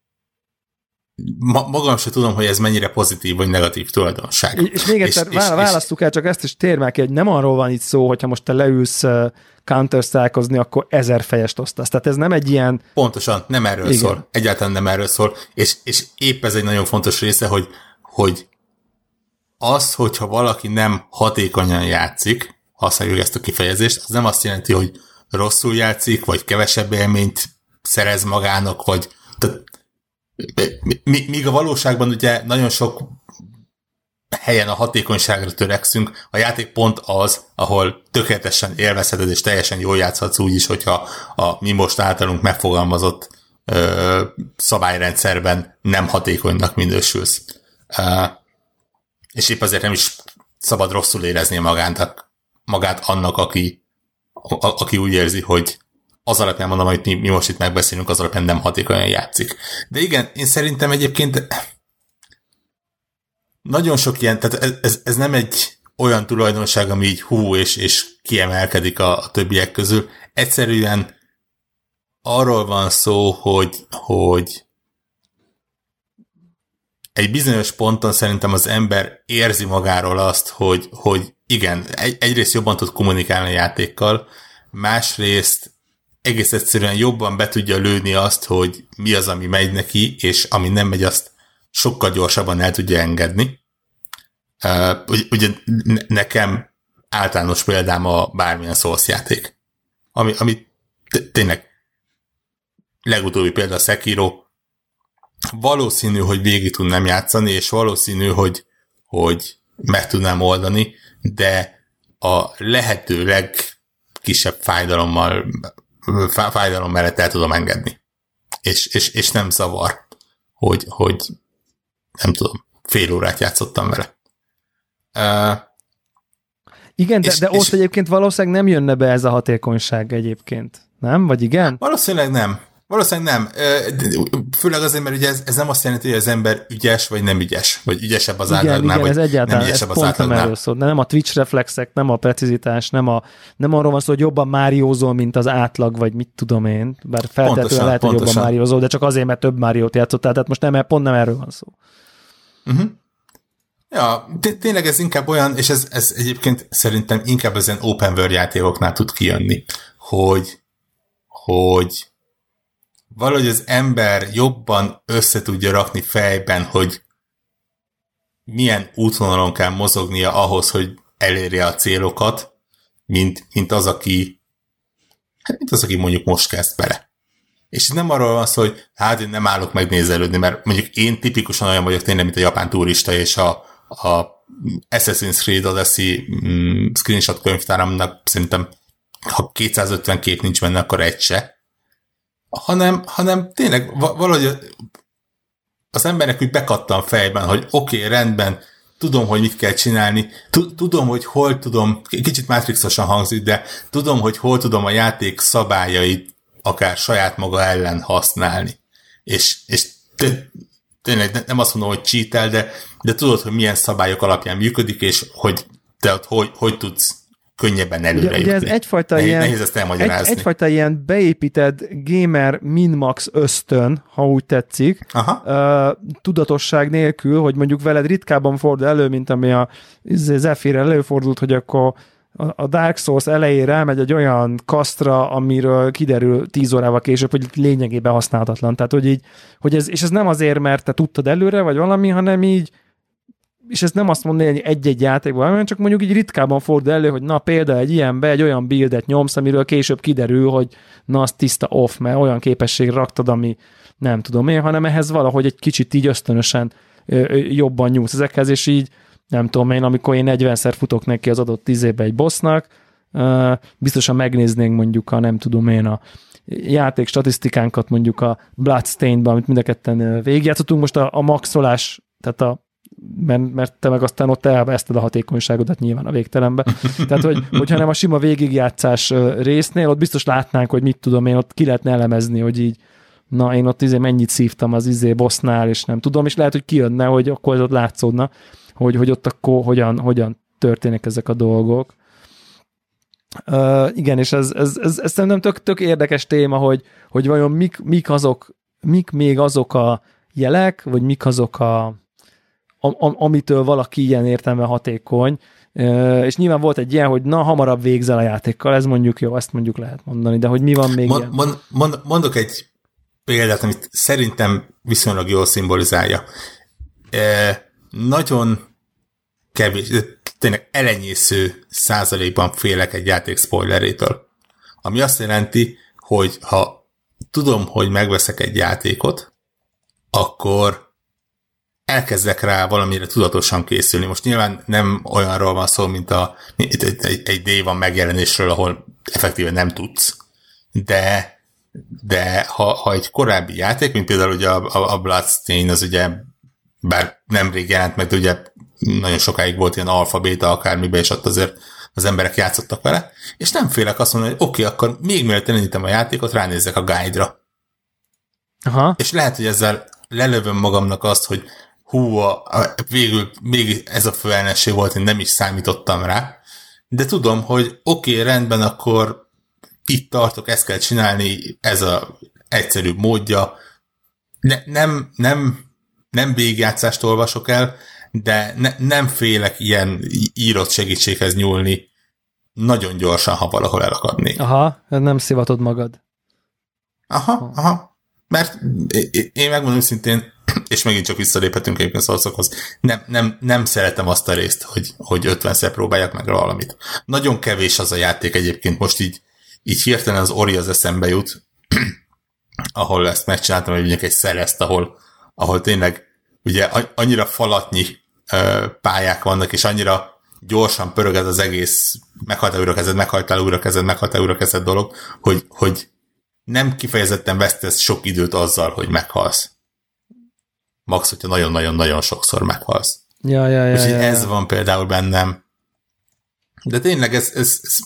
ma, magam sem tudom, hogy ez mennyire pozitív vagy negatív tulajdonság. És még egyszer, és, és, választuk el, csak ezt is tér már ki, hogy nem arról van itt szó, hogyha most te leülsz Counter-Strike-ozni, akkor ezer fejest osztasz. Tehát ez nem egy ilyen... Pontosan, nem erről igen. szól. Egyáltalán nem erről szól. És, és épp ez egy nagyon fontos része, hogy, hogy az, hogyha valaki nem hatékonyan játszik, használjuk ezt a kifejezést, az nem azt jelenti, hogy rosszul játszik, vagy kevesebb élményt szerez magának, vagy tehát, míg a valóságban ugye nagyon sok helyen a hatékonyságra törekszünk, a játék pont az, ahol tökéletesen élvezheted és teljesen jól játszhatsz úgy is, hogyha a mi most általunk megfogalmazott ö, szabályrendszerben nem hatékonynak minősülsz. Ö, és épp azért nem is szabad rosszul érezni magát, magát annak, aki, a, aki úgy érzi, hogy az alapján mondom, amit mi, mi most itt megbeszélünk, az alapján nem hatékonyan játszik. De igen, én szerintem egyébként nagyon sok ilyen, tehát ez, ez, ez nem egy olyan tulajdonság, ami így hú, és, és kiemelkedik a, a többiek közül. Egyszerűen arról van szó, hogy, hogy egy bizonyos ponton szerintem az ember érzi magáról azt, hogy, hogy igen, egy, egyrészt jobban tud kommunikálni a játékkal, másrészt egész egyszerűen jobban be tudja lőni azt, hogy mi az, ami megy neki, és ami nem megy, azt sokkal gyorsabban el tudja engedni. Uh, ugye nekem általános példám a bármilyen Souls játék. Ami, ami tényleg legutóbbi példa a Sekiro, valószínű, hogy végig tudnám játszani, és valószínű, hogy, hogy meg tudnám oldani, de a lehető legkisebb fájdalommal fájdalom mellett el tudom engedni. És, és, és nem zavar, hogy, hogy nem tudom, fél órát játszottam vele. Uh, igen, de, és, de ott és egyébként valószínűleg nem jönne be ez a hatékonyság egyébként. Nem? Vagy igen? Valószínűleg nem. Valószínűleg nem. Főleg azért, mert ugye ez, ez nem azt jelenti, hogy az ember ügyes, vagy nem ügyes, vagy ügyesebb az átlagnál, igen, vagy ez egyáltalán, nem ügyesebb ez az átlagnál. Nem szól. Nem a Twitch reflexek, nem a precizitás, nem, a, nem arról van szó, hogy jobban Máriózol, mint az átlag, vagy mit tudom én. Bár feltétlenül lehet, hogy jobban Máriózol, de csak azért, mert több Máriót játszottál, tehát most nem, pont nem erről van szó. Uh-huh. Ja, tényleg ez inkább olyan, és ez, ez egyébként szerintem inkább az ilyen open world játékoknál tud kijönni, hogy, hogy valahogy az ember jobban össze tudja rakni fejben, hogy milyen útvonalon kell mozognia ahhoz, hogy elérje a célokat, mint, mint az, aki hát mint az, aki mondjuk most kezd bele. És nem arról van szó, hogy hát én nem állok megnézelődni, mert mondjuk én tipikusan olyan vagyok tényleg, mint a japán turista, és a, a Assassin's Creed Odyssey mm, screenshot könyvtáramnak szerintem ha kétszázötven kép nincs benne, akkor egy se. Hanem, hanem tényleg valahogy az embernek úgy bekattan fejben, hogy oké, okay, rendben, tudom, hogy mit kell csinálni, tudom, hogy hol tudom, kicsit Matrixosan hangzik, de tudom, hogy hol tudom a játék szabályait akár saját maga ellen használni. És, és tényleg nem azt mondom, hogy cheatel, de, de tudod, hogy milyen szabályok alapján működik, és hogy te ott hogy, hogy tudsz könnyebben előre ugye, ugye ez egyfajta nehéz, ilyen, nehéz ezt elmagyarázni. Egy, egyfajta ilyen beépített gamer min-max ösztön, ha úgy tetszik, uh, tudatosság nélkül, hogy mondjuk veled ritkában fordul elő, mint ami a Zephyrrel előfordult, hogy akkor a Dark Souls elejére elmegy egy olyan kasztra, amiről kiderül tíz órával később, hogy lényegében használhatatlan. Tehát, hogy így, hogy ez, és ez nem azért, mert te tudtad előre, vagy valami, hanem így, és ez nem azt mondani, hogy egy-egy játékban, hanem csak mondjuk így ritkában fordul elő, hogy na például egy ilyenbe egy olyan buildet nyomsz, amiről később kiderül, hogy na az tiszta off, mert olyan képességre raktad, ami nem tudom én, hanem ehhez valahogy egy kicsit így ösztönösen jobban nyúlsz ezekhez, és így nem tudom én, amikor én negyvenszer futok neki az adott tíz évbe egy bossnak, biztosan megnéznénk mondjuk a nem tudom én a játék statisztikánkat mondjuk a Bloodstained-ban, amit mind a ketten végigjátszottunk, most a, a maxolás, tehát a mert, mert te meg aztán ott elveszted a hatékonyságodat nyilván a végtelenbe. Tehát, hogy, hogyha nem a sima végigjátszás résznél, ott biztos látnánk, hogy mit tudom én, ott ki lehetne elemezni, hogy így, na, én ott izé mennyit szívtam az izé bossnál, és nem tudom, és lehet, hogy kijönne, hogy akkor ott látszódna, hogy, hogy ott akkor hogyan, hogyan történnek ezek a dolgok. Uh, igen, és ez, ez, ez, ez szerintem tök, tök érdekes téma, hogy, hogy vajon mik, mik azok, mik még azok a jelek, vagy mik azok a amitől valaki ilyen értelemben hatékony, és nyilván volt egy ilyen, hogy na, hamarabb végzel a játékkal, ez mondjuk jó, ezt mondjuk lehet mondani, de hogy mi van még mond, ilyen? Mond, mond, mondok egy példát, amit szerintem viszonylag jól szimbolizálja. E, nagyon kevés, tényleg elenyésző százalékban félek egy játék spoilerétől. Ami azt jelenti, hogy ha tudom, hogy megveszek egy játékot, akkor elkezdek rá valamire tudatosan készülni. Most nyilván nem olyanról van szó, mint a, egy, egy, egy day van megjelenésről, ahol effektíven nem tudsz. De de ha, ha egy korábbi játék, mint például ugye a, a Bloodstain, az ugye, bár nemrég jelent meg, de ugye nagyon sokáig volt ilyen alfa-béta akármiben, és ott azért az emberek játszottak vele, és nem félek azt mondani, hogy oké, okay, akkor még mielőtt elindítom a játékot, ránézzek a guide-ra. Aha. És lehet, hogy ezzel lelövöm magamnak azt, hogy hú, a, a, végül még ez a fő ellenség volt, én nem is számítottam rá, de tudom, hogy oké, okay, rendben, akkor itt tartok, ezt kell csinálni, ez a egyszerűbb módja. Ne, nem, nem, nem végigjátszást olvasok el, de ne, nem félek ilyen írott segítséghez nyúlni nagyon gyorsan, ha valahol elakadnék. Aha, nem szivatod magad. Aha, aha. Mert én megmondom szintén, és megint csak visszaléphetünk egyébként szarszokhoz, nem, nem, nem szeretem azt a részt, hogy, hogy ötvenszer próbáljak meg valamit. Nagyon kevés az a játék egyébként, most így, így hirtelen az Ori az eszembe jut, ahol ezt megcsináltam, hogy mondjuk egy Celeste, ahol, ahol tényleg ugye annyira falatnyi ö, pályák vannak, és annyira gyorsan pörög ez az egész meghaltál újra kezed, meghaltál újra kezed, meghaltál újra kezed dolog, hogy, hogy nem kifejezetten vesztesz sok időt azzal, hogy meghalsz. Max, hogyha nagyon-nagyon-nagyon sokszor meghalsz. Ja, ja, ja, Úgyhogy ja, ez ja. van például bennem. De tényleg ez, ez, ez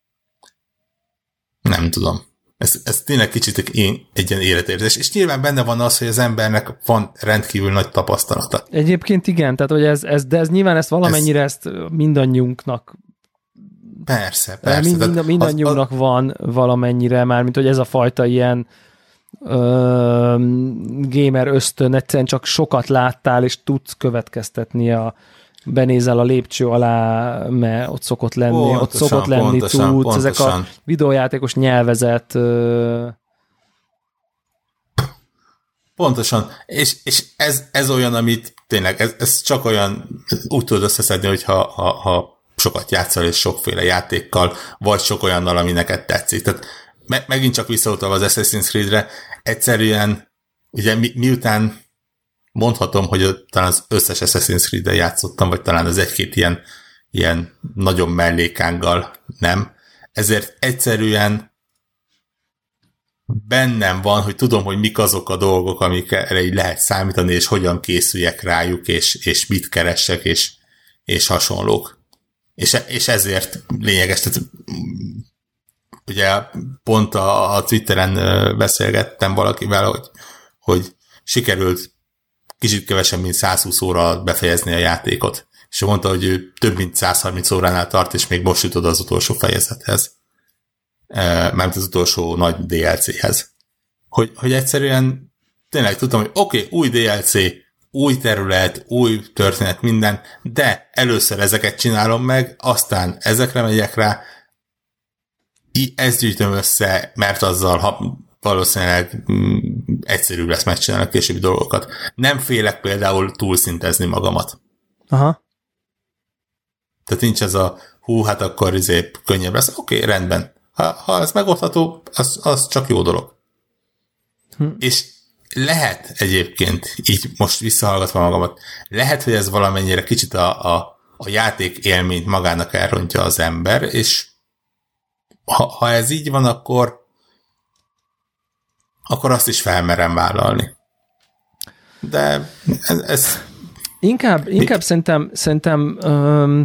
nem tudom. Ez, ez tényleg kicsit egy, egy ilyen életérzés. És nyilván benne van az, hogy az embernek van rendkívül nagy tapasztalata. Egyébként igen, tehát hogy ez, ez de ez nyilván ezt valamennyire ez, ezt mindannyiunknak persze, persze. Mind, mind, mindannyiunknak az, van valamennyire, mármint hogy ez a fajta ilyen ö, gamer ösztön, egyszerűen csak sokat láttál, és tudsz következtetni a benézel a lépcső alá, mert ott szokott lenni, pontosan, ott szokott lenni pontosan, tudsz, pontosan. ezek a videójátékos nyelvezet. Ö... Pontosan, és, és ez, ez olyan, amit tényleg, ez, ez csak olyan, úgy tudod összeszedni, hogy ha, ha, ha sokat játszol, és sokféle játékkal, vagy sok olyannal, ami neked tetszik. Tehát me, megint csak visszautalva az Assassin's Creed-re, egyszerűen, ugye mi, miután mondhatom, hogy talán az összes Assassin's Creed-del játszottam, vagy talán az egy-két ilyen, ilyen nagyon mellékánggal nem. Ezért egyszerűen bennem van, hogy tudom, hogy mik azok a dolgok, amikre így lehet számítani, és hogyan készüljek rájuk, és, és mit keressek, és, és hasonlók. És, és ezért lényeges, tehát ugye pont a, a Twitteren beszélgettem valakivel, hogy, hogy sikerült kicsit kevesebb, mint száz húsz óra befejezni a játékot. És ő mondta, hogy ő több mint száz harminc óránál tart, és még most jutod az utolsó fejezethez. Mármint az utolsó nagy dé el céhez. Hogy, hogy egyszerűen tényleg tudtam, hogy oké, okay, új dé el cé, új terület, új történet, minden, de először ezeket csinálom meg, aztán ezekre megyek rá, ezt gyűjtöm össze, mert azzal ha valószínűleg mm, egyszerűbb lesz megcsinálni a későbbi dolgokat. Nem félek például túlszintezni magamat. Aha. Tehát nincs ez a hú, hát akkor izé könnyebb lesz. Oké, okay, rendben. Ha, ha ez megoldható, az, az csak jó dolog. Hm. És lehet egyébként, így most visszahallgatva magamat, lehet, hogy ez valamennyire kicsit a, a, a játék élményt magának elrontja az ember, és ha, ha ez így van, akkor akkor azt is felmerem vállalni. De ez... ez inkább, inkább szerintem szerintem um,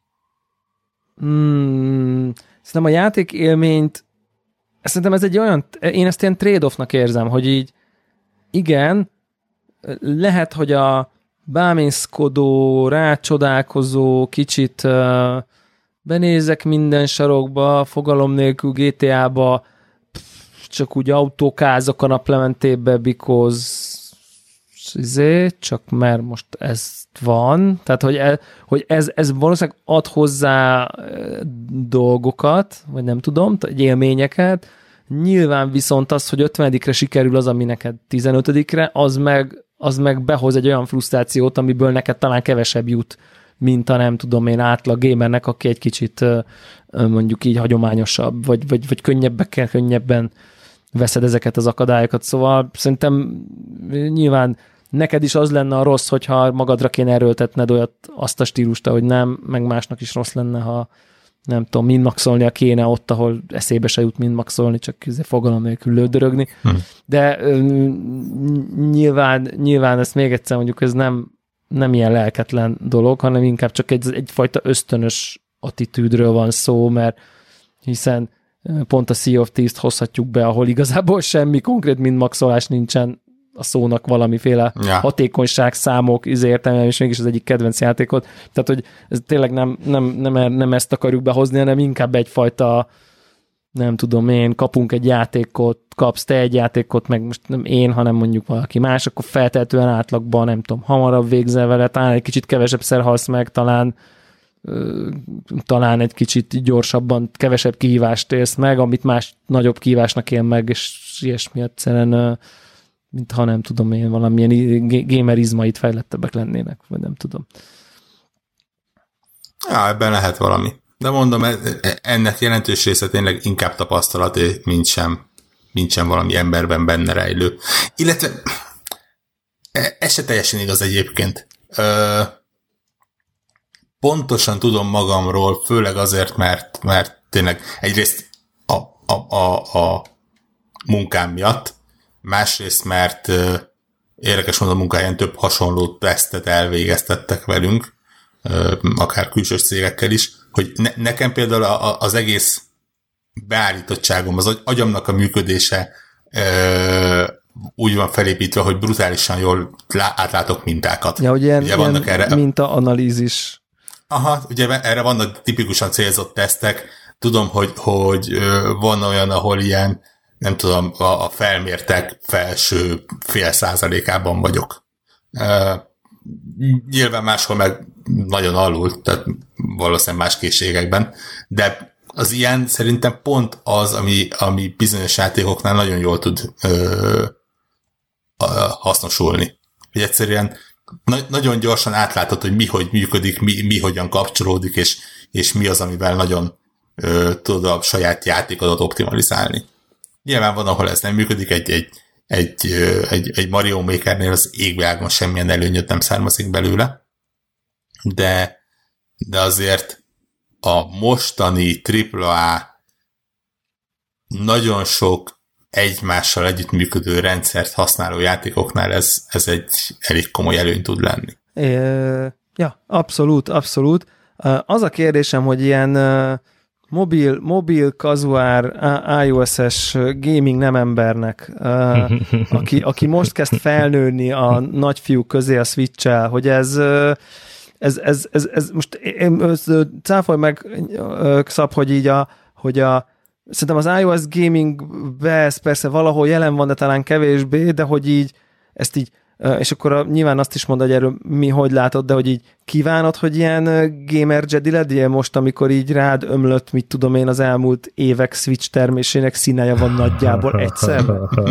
hmm, szerintem a játék élményt szerintem ez egy olyan, én ezt ilyen trade-offnak érzem, hogy így igen, lehet, hogy a bámészkodó, rácsodálkozó, kicsit uh, benézek minden sarokba, fogalom nélkül gé té á-ba, csak úgy autókázok a naplementébe, because izé, csak mert most ez van, tehát hogy, el, hogy ez, ez valószínűleg ad hozzá dolgokat, vagy nem tudom, élményeket, nyilván viszont az, hogy ötvenedikre sikerül az, ami neked tizenötödikre, az meg, az meg behoz egy olyan frusztrációt, amiből neked talán kevesebb jut, mint a nem tudom én átlag gamernek, aki egy kicsit mondjuk így hagyományosabb, vagy, vagy, vagy könnyebbekkel, könnyebben veszed ezeket az akadályokat. Szóval szerintem nyilván neked is az lenne a rossz, hogyha magadra kéne erőltetned olyat, azt a stílust, hogy nem, meg másnak is rossz lenne, ha, nem tudom, minmaxolnia kéne ott, ahol eszébe se jut minmaxolni, csak fogalom nélkül lődörögni. Hmm. De ö, nyilván, nyilván ezt még egyszer mondjuk, ez nem, nem ilyen lelketlen dolog, hanem inkább csak egy, egyfajta ösztönös attitűdről van szó, mert hiszen pont a Sea of Thieves-t hozhatjuk be, ahol igazából semmi konkrét minmaxolás nincsen a szónak valamiféle ja. hatékonyság, számok, izértelme, és mégis az egyik kedvenc játékot. Tehát, hogy ez tényleg nem, nem, nem, nem ezt akarjuk behozni, hanem inkább egyfajta, nem tudom én, kapunk egy játékot, kapsz te egy játékot, meg most nem én, hanem mondjuk valaki más, akkor feltehetően átlagban, nem tudom, hamarabb végzel vele, talán egy kicsit kevesebb szer halsz meg, talán talán egy kicsit gyorsabban, kevesebb kihívást élsz meg, amit más nagyobb kihívásnak él meg, és ilyesmi egyszerűen, mintha nem tudom én, valamilyen gamerizmait fejlettebbek lennének, vagy nem tudom. Ja, ebben lehet valami. De mondom, ennek jelentős része tényleg inkább tapasztalat, mint sem, mint sem valami emberben benne rejlő. Illetve ez se teljesen igaz egyébként. Ö, pontosan tudom magamról, főleg azért, mert, mert tényleg egyrészt a, a, a, a munkám miatt, másrészt, mert ö, érdekes módon a munkáján több hasonló tesztet elvégeztettek velünk, ö, akár külsős cégekkel is, hogy ne, nekem például a, a, az egész beállítottságom, az agyamnak a működése ö, úgy van felépítve, hogy brutálisan jól lá, átlátok mintákat. Ja, hogy ilyen, ilyen erre, minta-analízis. Aha, ugye erre vannak tipikusan célzott tesztek. Tudom, hogy, hogy van olyan, ahol ilyen, nem tudom, a, a felmértek felső fél százalékában vagyok. Uh, nyilván máshol meg nagyon alul, tehát valószínűleg más készségekben, de az ilyen szerintem pont az, ami, ami bizonyos játékoknál nagyon jól tud uh, hasznosulni. Hogy egyszerűen na- nagyon gyorsan átlátod, hogy mi hogy működik, mi, mi hogyan kapcsolódik, és, és mi az, amivel nagyon ö, tudod a saját játékodat optimalizálni. Nyilván van, ahol ez nem működik, egy, egy, egy, egy, egy Mario Makernél az égvilágon semmilyen előnyöt nem származik belőle, de, de azért a mostani tripla á nagyon sok egymással együttműködő rendszert használó játékoknál ez, ez egy elég komoly előny tud lenni. É, ja, abszolút, abszolút. Az a kérdésem, hogy ilyen mobil, mobil kazuár, iOS-es gaming nem embernek, aki, aki most kezd felnőni a nagyfiú közé a Switch-el, hogy ez ez, ez, ez, ez most cáfolj meg, Szab, hogy így a, hogy a szerintem az iOS gamingbe ez persze valahol jelen van, de talán kevésbé, de hogy így ezt így, és akkor a, nyilván azt is mondod, hogy erről mi hogy látod, de hogy így kívánod, hogy ilyen gamer Jedi legyél most, amikor így rád ömlött, mit tudom én, az elmúlt évek Switch termésének színeje van nagyjából egyszer?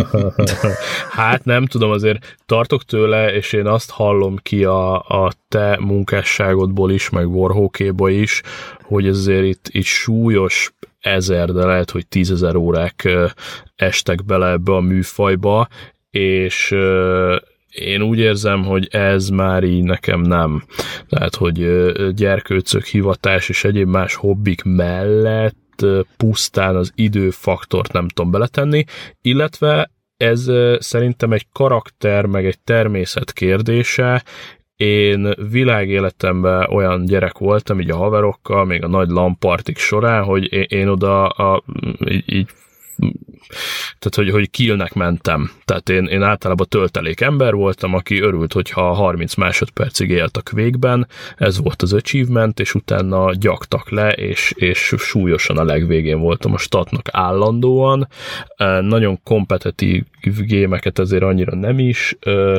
Hát nem tudom, azért tartok tőle, és én azt hallom ki a, a te munkásságodból is, meg Warhawkéból is, hogy azért itt, itt súlyos ezer, de lehet, hogy tízezer órák estek bele ebbe a műfajba, és én úgy érzem, hogy ez már így nekem nem. Tehát, hogy gyerkőcök, hivatás és egyéb más hobbik mellett pusztán az időfaktort nem tudom beletenni, illetve ez szerintem egy karakter, meg egy természet kérdése. Én világéletemben olyan gyerek voltam, így a haverokkal, még a nagy LAN-partik során, hogy én oda a, így, így tehát, hogy, hogy killnek mentem. Tehát én, én általában töltelék ember voltam, aki örült, hogyha harminc másodpercig élt a Quake-ben, ez volt az achievement, és utána gyaktak le, és, és súlyosan a legvégén voltam a statnak állandóan. Nagyon kompetitív gémeket ezért annyira nem is.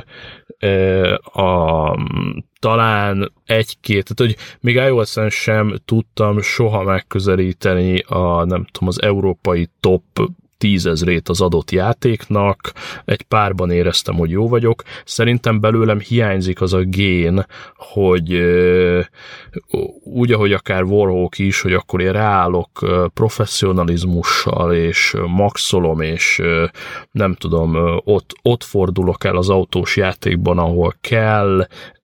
A, talán egy-két, tehát hogy még iOS-en sem tudtam soha megközelíteni a, nem tudom, az európai top tízezrét az adott játéknak, egy párban éreztem, hogy jó vagyok. Szerintem belőlem hiányzik az a gén, hogy úgy, ahogy akár Warhawk is, hogy akkor én ráállok professzionalizmussal, és maxolom, és nem tudom, ott, ott fordulok el az autós játékban, ahol kell,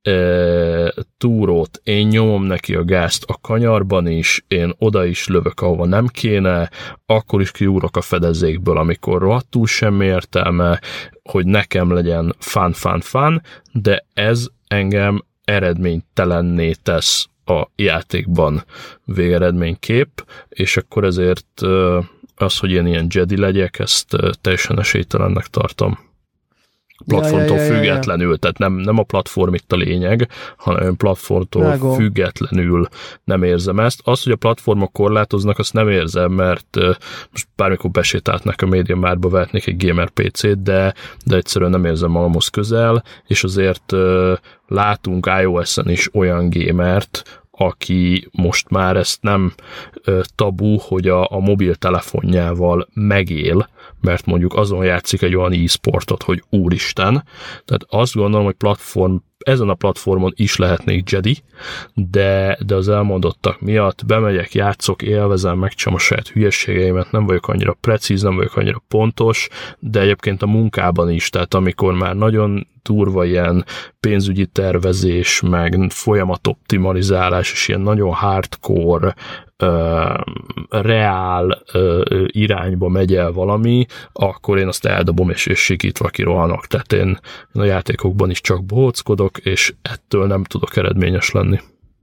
túrót, én nyomom neki a gázt a kanyarban is, én oda is lövök, ahova nem kéne, akkor is kiúrok a fedezékből, amikor rohadtul semmi értelme, hogy nekem legyen fun, fun, fun, de ez engem eredménytelenné tesz a játékban végeredménykép, és akkor ezért az, hogy én ilyen Jedi legyek, ezt teljesen esélytelennek tartom. Platformtól ja, ja, ja, függetlenül, ja. Tehát nem, nem a platform itt a lényeg, hanem platformtól Lágom. függetlenül nem érzem ezt. Az, hogy a platformok korlátoznak, azt nem érzem, mert uh, most bármikor besétáltnak a MediaMarktba, vehetnék egy gamer pé cét, de, de egyszerűen nem érzem magamhoz közel, és azért uh, látunk iOS-en is olyan gamert, aki most már ezt nem uh, tabu, hogy a, a mobiltelefonjával megél, mert mondjuk azon játszik egy olyan e-sportot, hogy úristen. Tehát azt gondolom, hogy platform, ezen a platformon is lehetnék Jedi, de, de az elmondottak miatt bemegyek, játszok, élvezem, megcsinálom a saját hülyeségeimet, nem vagyok annyira precíz, nem vagyok annyira pontos, de egyébként a munkában is, tehát amikor már nagyon durva ilyen pénzügyi tervezés, meg folyamatoptimalizálás, és ilyen nagyon hardcore, Uh, reál uh, irányba megy el valami, akkor én azt eldobom, és, és sikítva kirohanok. Tehát én, én a játékokban is csak bohóckodok, és ettől nem tudok eredményes lenni.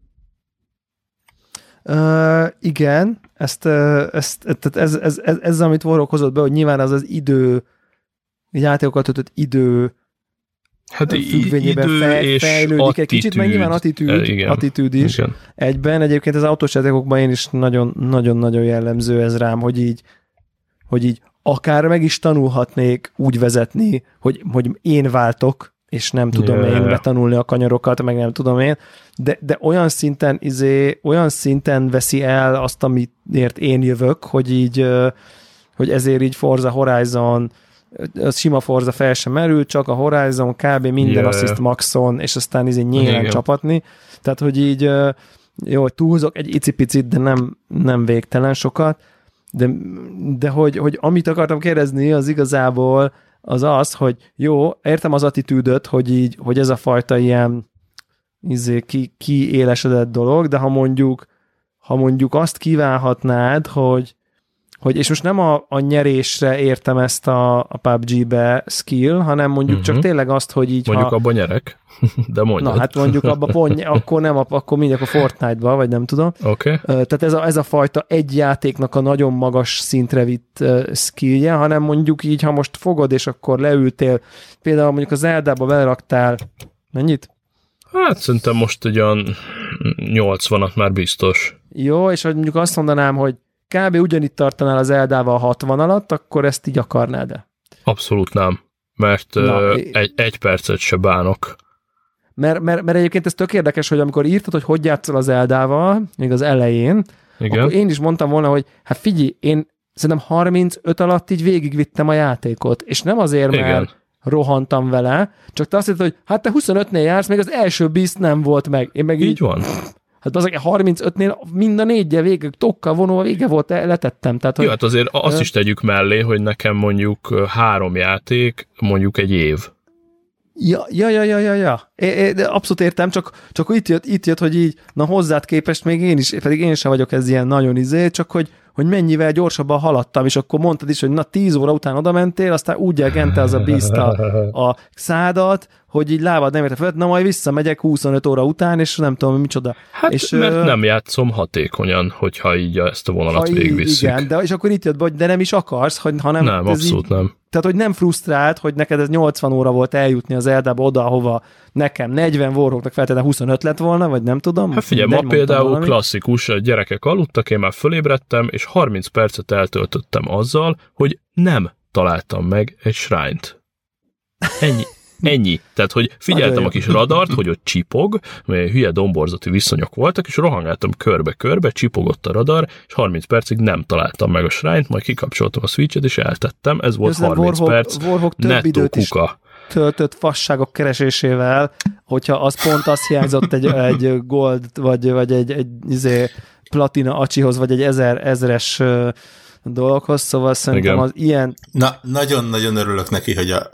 Uh, igen, ezt, uh, ezt, tehát ez, ez, ez, ez, amit Warhawk hozott be, hogy nyilván az az idő, játékokat töltött idő hát függvényében idő fej, és fejlődik attitűd. Egy kicsit, meg nyilván attitűd, igen, attitűd is. Igen. Egyben egyébként az autós játékokban én is nagyon-nagyon jellemző ez rám, hogy így, hogy így akár meg is tanulhatnék úgy vezetni, hogy, hogy én váltok, és nem tudom yeah. én betanulni a kanyarokat, meg nem tudom én, de, de olyan szinten izé, olyan szinten veszi el azt, amitért én jövök, hogy így, hogy ezért így Forza Horizon, az sima Forza fel sem merül, csak a Horizon kb. Minden yeah. assist maxon, és aztán izé nyílen Igen. csapatni. Tehát, hogy így jó, hogy túlzok egy icipicit, de nem, nem végtelen sokat, de, de hogy, hogy amit akartam kérdezni, az igazából az az, hogy jó, értem az attitűdöt, hogy így, hogy ez a fajta ilyen izé, ki, kiélesedett dolog, de ha mondjuk, ha mondjuk azt kívánhatnád, hogy hogy, és most nem a, a nyerésre értem ezt a, a pé u bé gé-be skill, hanem mondjuk uh-huh. csak tényleg azt, hogy így mondjuk ha... abban nyerek, de mondjad. Na, hát mondjuk abban pont, akkor nem, akkor mindjárt a Fortnite-ba, vagy nem tudom. Okay. Tehát ez a, ez a fajta egy játéknak a nagyon magas szintre vitt uh, skillje, hanem mondjuk így, ha most fogod, és akkor leültél, például mondjuk az Zeldába beleraktál, mennyit? Hát szerintem most egy olyan nyolcvanat már biztos. Jó, és hogy mondjuk azt mondanám, hogy kb. Ugyanitt tartanál az Eldával a hatvan alatt, akkor ezt így akarnád-e? Abszolút nem, mert Na, egy, egy percet se bánok. Mert, mert, mert egyébként ez tök érdekes, hogy amikor írtad, hogy hogy játszol az Eldával, még az elején, Igen. akkor én is mondtam volna, hogy hát figyelj, én szerintem harmincöt alatt így végigvittem a játékot, és nem azért, mert Igen. rohantam vele, csak te azt hittad, hogy hát te huszonötnél jársz, még az első Beast nem volt meg. Én meg így, így van. Hát az harmincötnél mind a négyel vége, tokkal vonóval vége volt, letettem. Tehát, Jó, hát azért azt is tegyük mellé, hogy nekem mondjuk három játék, mondjuk egy év. Ja, ja, ja, ja, ja, ja. É, é, de abszolút értem, csak, csak itt, jött, itt jött, hogy így, na hozzád képest még én is, pedig én sem vagyok ez ilyen nagyon izé, csak hogy, hogy mennyivel gyorsabban haladtam, és akkor mondtad is, hogy na tíz óra után oda mentél, aztán úgy elgente az a Beast a, a szádat, hogy így lábad nem érte fel, na majd visszamegyek huszonöt óra után, és nem tudom, micsoda. Hát, és, mert ö... nem játszom hatékonyan, hogyha így ezt a vonalat végigvisszük. Igen, de, és akkor itt jött, de nem is akarsz, hogy, hanem... Nem, abszolút így, nem. Tehát, hogy nem frusztrált, hogy neked ez nyolcvan óra volt eljutni az Eldába oda, ahova nekem negyven Warhawknak feltétlenül huszonöt lett volna, vagy nem tudom. Hát figyelj, ma például valami. Klasszikus, a gyerekek aludtak, én már fölébredtem, és harminc percet eltöltöttem azzal, hogy nem találtam meg egy shrine-t. Ennyi. Ennyi. Tehát, hogy figyeltem a kis radart, hogy ott csipog, mert hülye domborzati viszonyok voltak, és rohangáltam körbe-körbe, csipogott a radar, és harminc percig nem találtam meg a shrine-t, majd kikapcsoltam a switchet, és eltettem. Ez volt Ezzel harminc Warhawk, perc, Warhawk nettó kuka. Töltött fasságok keresésével, hogyha az pont azt hiányzott egy, egy gold, vagy, vagy egy, egy izé, platina acsihoz, vagy egy ezer, ezres dologhoz, szóval szerintem Igen. az ilyen... Na, nagyon-nagyon örülök neki, hogy a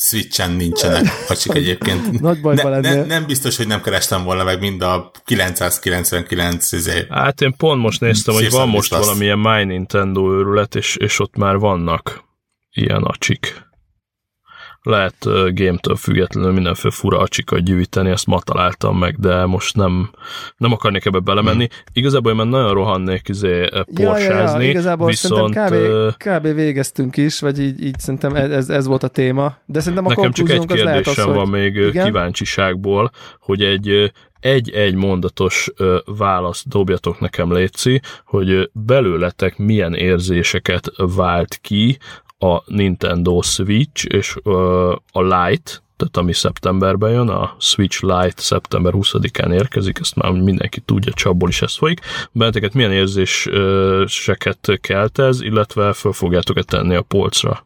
Switchen nincsenek acsik egyébként. Nagy bajba ne, lennél. ne, nem biztos, hogy nem kerestem volna meg mind a kilencszázkilencvenkilenc izé. Hát én pont most néztem, hogy van most azt. valamilyen My Nintendo őrület, és, és ott már vannak ilyen acsik. Lehet uh, game-től függetlenül mindenféle fura acsikat gyűjteni, ezt ma találtam meg, de most nem, nem akarnék ebbe belemenni. Hmm. Igazából én már nagyon rohannék izé, porsázni. Ja, ja, igazából viszont, szerintem kb, kb. végeztünk is, vagy így, így szerintem ez, ez volt a téma. De szerintem a nekem csak egy kérdésem az, van hogy... még igen? kíváncsiságból, hogy egy egy-egy mondatos ö, választ dobjatok nekem, létszi, hogy belőletek milyen érzéseket vált ki a Nintendo Switch és ö, a Lite, tehát ami szeptemberben jön, a Switch Lite szeptember huszadikán érkezik, ezt már mindenki tudja, csapból is ez folyik. Benneteket milyen érzéseket kelt ez, illetve föl fogjátok-e tenni a polcra?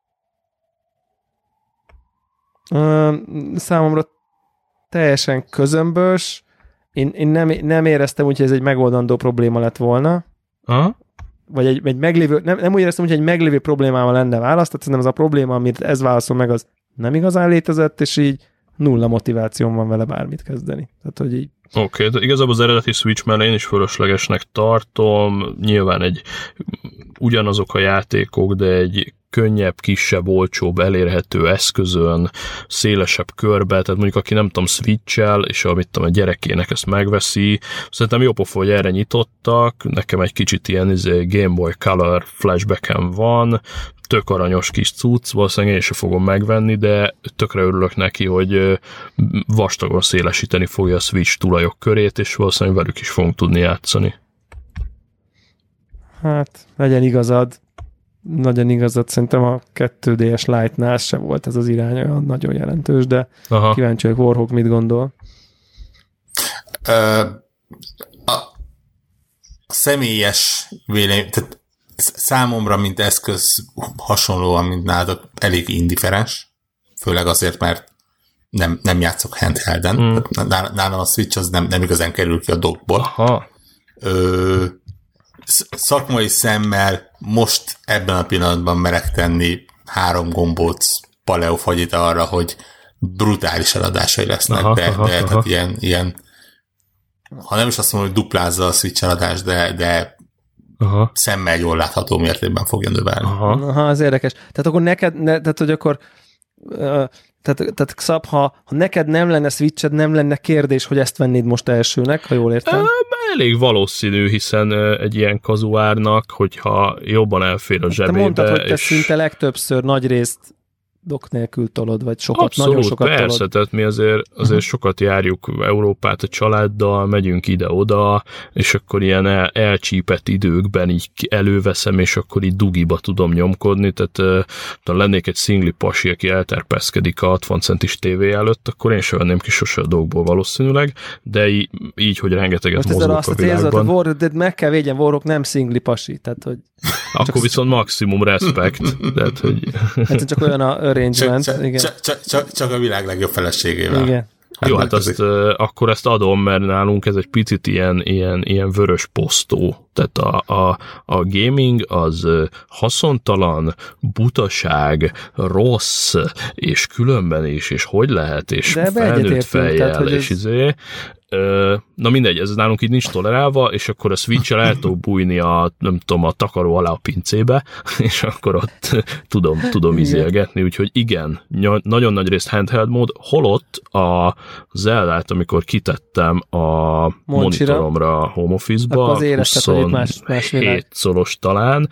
Uh, számomra teljesen közömbös. Én, én nem, nem éreztem úgy, hogy ez egy megoldandó probléma lett volna. Aha. Vagy egy, egy meglévő, nem, nem úgy éreztem, hogy egy meglévő problémával lenne válasz, tehát nem az a probléma, amit ez válaszol meg, az nem igazán létezett, és így nulla motivációm van vele bármit kezdeni. Tehát, hogy így... Oké, okay, igazából az eredeti Switch mellé én is fölöslegesnek tartom, nyilván egy ugyanazok a játékok, de egy könnyebb, kisebb, olcsóbb, elérhető eszközön, szélesebb körbe, tehát mondjuk aki nem tudom, Switch-el, és amit tudom, a gyerekének ezt megveszi, szerintem jó pofa, hogy erre nyitottak, nekem egy kicsit ilyen izé, Game Boy Color flashback-em van, tök aranyos kis cucc, valószínűleg én sem fogom megvenni, de tökre örülök neki, hogy vastagon szélesíteni fogja a Switch tulajok körét, és valószínűleg velük is fogunk tudni játszani. Hát, legyen igazad. Nagyon igazad, szerintem a kettő dé es Lite-nál se volt ez az irány olyan nagyon jelentős, de aha. Kíváncsi vagyok, Warhawk mit gondol? Uh, a személyes vélemény, tehát számomra, mint eszköz hasonlóan, mint nálatok, elég indiferens, főleg azért, mert nem, nem játszok handhelden. Mm. Nálam a Switch az nem, nem igazán kerül ki a dockból. Aha. Ö, szakmai szemmel most ebben a pillanatban merek tenni három gombóc paleofagyit arra, hogy brutális eladásai lesznek, aha, de, aha, de aha. Tehát ilyen, ilyen, ha nem is azt mondom, hogy duplázza a Switch eladás, de, de aha. szemmel jól látható mértékben fogja növelni. Aha, aha, ez érdekes. Tehát akkor neked, ne, tehát hogy akkor uh, tehát, tehát Xab, ha, ha neked nem lenne Switched, nem lenne kérdés, hogy ezt vennéd most elsőnek, ha jól értem? Elég valószínű, hiszen egy ilyen kazuárnak, hogyha jobban elfér a zsebébe. Te mondtad, hogy te és... szinte legtöbbször nagy részt dok nélkül tolod, vagy sokat, abszolút, nagyon sokat persze, tolod. tehát mi azért, azért uh-huh. sokat járjuk Európát a családdal, megyünk ide-oda, és akkor ilyen el, elcsípett időkben így előveszem, és akkor így dugiba tudom nyomkodni, tehát uh, lennék egy szingli pasi, aki elterpeszkedik a hatvan centis tévé előtt, akkor én sem venném ki sose a dolgból valószínűleg, de így, így hogy rengeteget most mozgok a világban. Most ezzel azt de meg kell védjen, Warhawk nem szingli pasi, tehát hogy... Akkor viszont maximum respekt, tehát hogy... Hát csak olyan a arrangement, csak, igen. Csak, csak, csak, csak a világ legjobb feleségével. Igen. Hát jó, hát azt, uh, akkor ezt adom, mert nálunk ez egy picit ilyen, ilyen, ilyen vörös posztó. Tehát a, a, a gaming az haszontalan, butaság, rossz, és különben is, és hogy lehet, és de felnőtt fejjel, és ez... izé... Na mindegy, ez nálunk így nincs tolerálva, és akkor a Switch-el el tudok bújni a, nem tudom, a takaró alá a pincébe, és akkor ott tudom, tudom izélgetni, úgyhogy igen, ny- nagyon nagy részt handheld mód, holott a Zelda-t, amikor kitettem a Moncsira. Monitoromra a home office-ba, huszonhét szoros talán,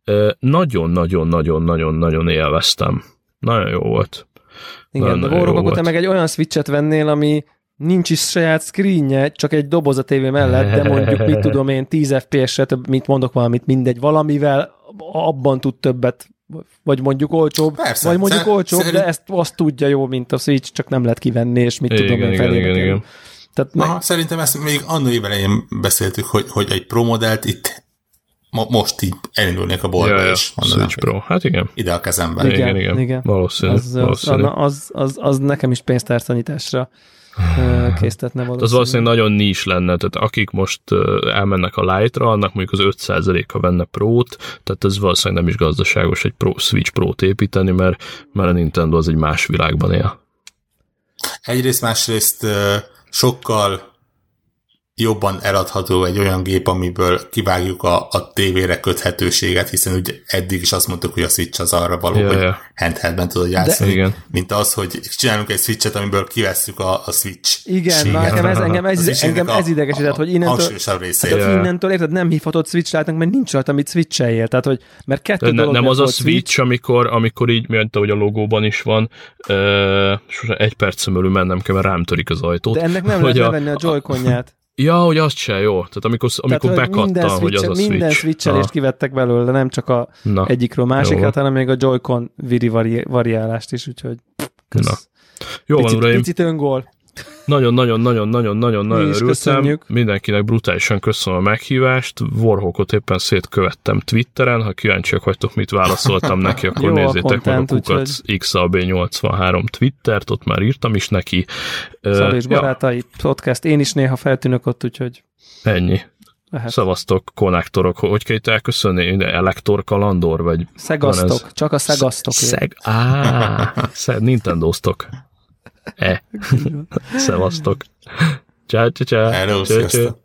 nagyon-nagyon-nagyon-nagyon-nagyon élveztem. Nagyon jó volt. Igen, nagyon, de Warhawk, akkor te meg egy olyan Switch-et vennél, ami nincs is saját screenje, csak egy doboz a tévé mellett, de mondjuk, mit tudom én, tíz ef pé es-re, mit mondok valamit, mindegy, valamivel abban tud többet, vagy mondjuk olcsóbb, persze, vagy mondjuk szer- olcsóbb, szerint... de ezt azt tudja jó, mint a Switch, csak nem lehet kivenni, és mit igen, tudom én felébe igen, igen. Tehát Aha, meg... Szerintem ezt még annó évelején beszéltük, hogy, hogy egy Pro modellt itt mo- most így elindulnék a boltba, ja, és mondanám, Switch Pro, hát igen. Ide a kezemben. Igen, igen, igen. igen. Valószínű. Az, valószínű. Az, az, az, az nekem is pénztárcanyításra késztetne valószínű. Az valószínűleg nagyon nis lenne, tehát akik most elmennek a Lite-ra, annak mondjuk az öt százaléka venne Pro-t, tehát ez valószínűleg nem is gazdaságos egy Pro, Switch Pro-t építeni, mert, mert a Nintendo az egy más világban él. Egyrészt, másrészt sokkal jobban eladható egy olyan gép, amiből kivágjuk a, a tévére köthetőséget, hiszen ugye eddig is azt mondtuk, hogy a Switch az arra való, ja, hogy ja. handheldben tudod játszani, de, mint az, hogy csinálunk egy Switchet, amiből kivesszük a, a Switch. Igen, na, engem ez, engem ez, engem ez idegesített, hogy innentől, hát, ja. innentől érted, nem hívhatod Switch látnak, mert nincs rajta, amit Switch-eljél, tehát hogy, mert kettő ne, dolog nem az a Switch, Switch, amikor, amikor így, mint ahogy a logóban is van, uh, sose egy percen belül mennem kell, mert rám törik az ajtót. De ennek nem lehet levenni a Joy-Conját. Ja, hogy azt se jó. Tehát amikor, amikor tehát, bekattan, hogy, hogy az a Switch. Minden Switch-elést kivettek belőle, nem csak a Na, egyikről másikát, hanem még a Joy-Con viri vari- variálást is, úgyhogy kösz. Na. Jó picit, van, uraim. Picit öngól. Nagyon-nagyon-nagyon-nagyon-nagyon-nagyon örültem. Mindenkinek brutálisan köszönöm a meghívást. Warhawkot éppen szétkövettem Twitteren. Ha kíváncsiak vagytok, mit válaszoltam neki, akkor jó, nézzétek a meg a kukac iksz á bé nyolcvanhárom Twittert, ott már írtam is neki. Szabé és barátai ja. podcast. Én is néha feltűnök ott, úgyhogy... Ennyi. Lehet. Szavaztok, konnektorok. Hogy kell itt elköszönni? Elektor kalandor? Vagy szegasztok. Csak a szegasztok. Szeg... Á, szeg... Nintendoztok. E. Szevasztok. Csá, csá, csá. Hello, sziasztok.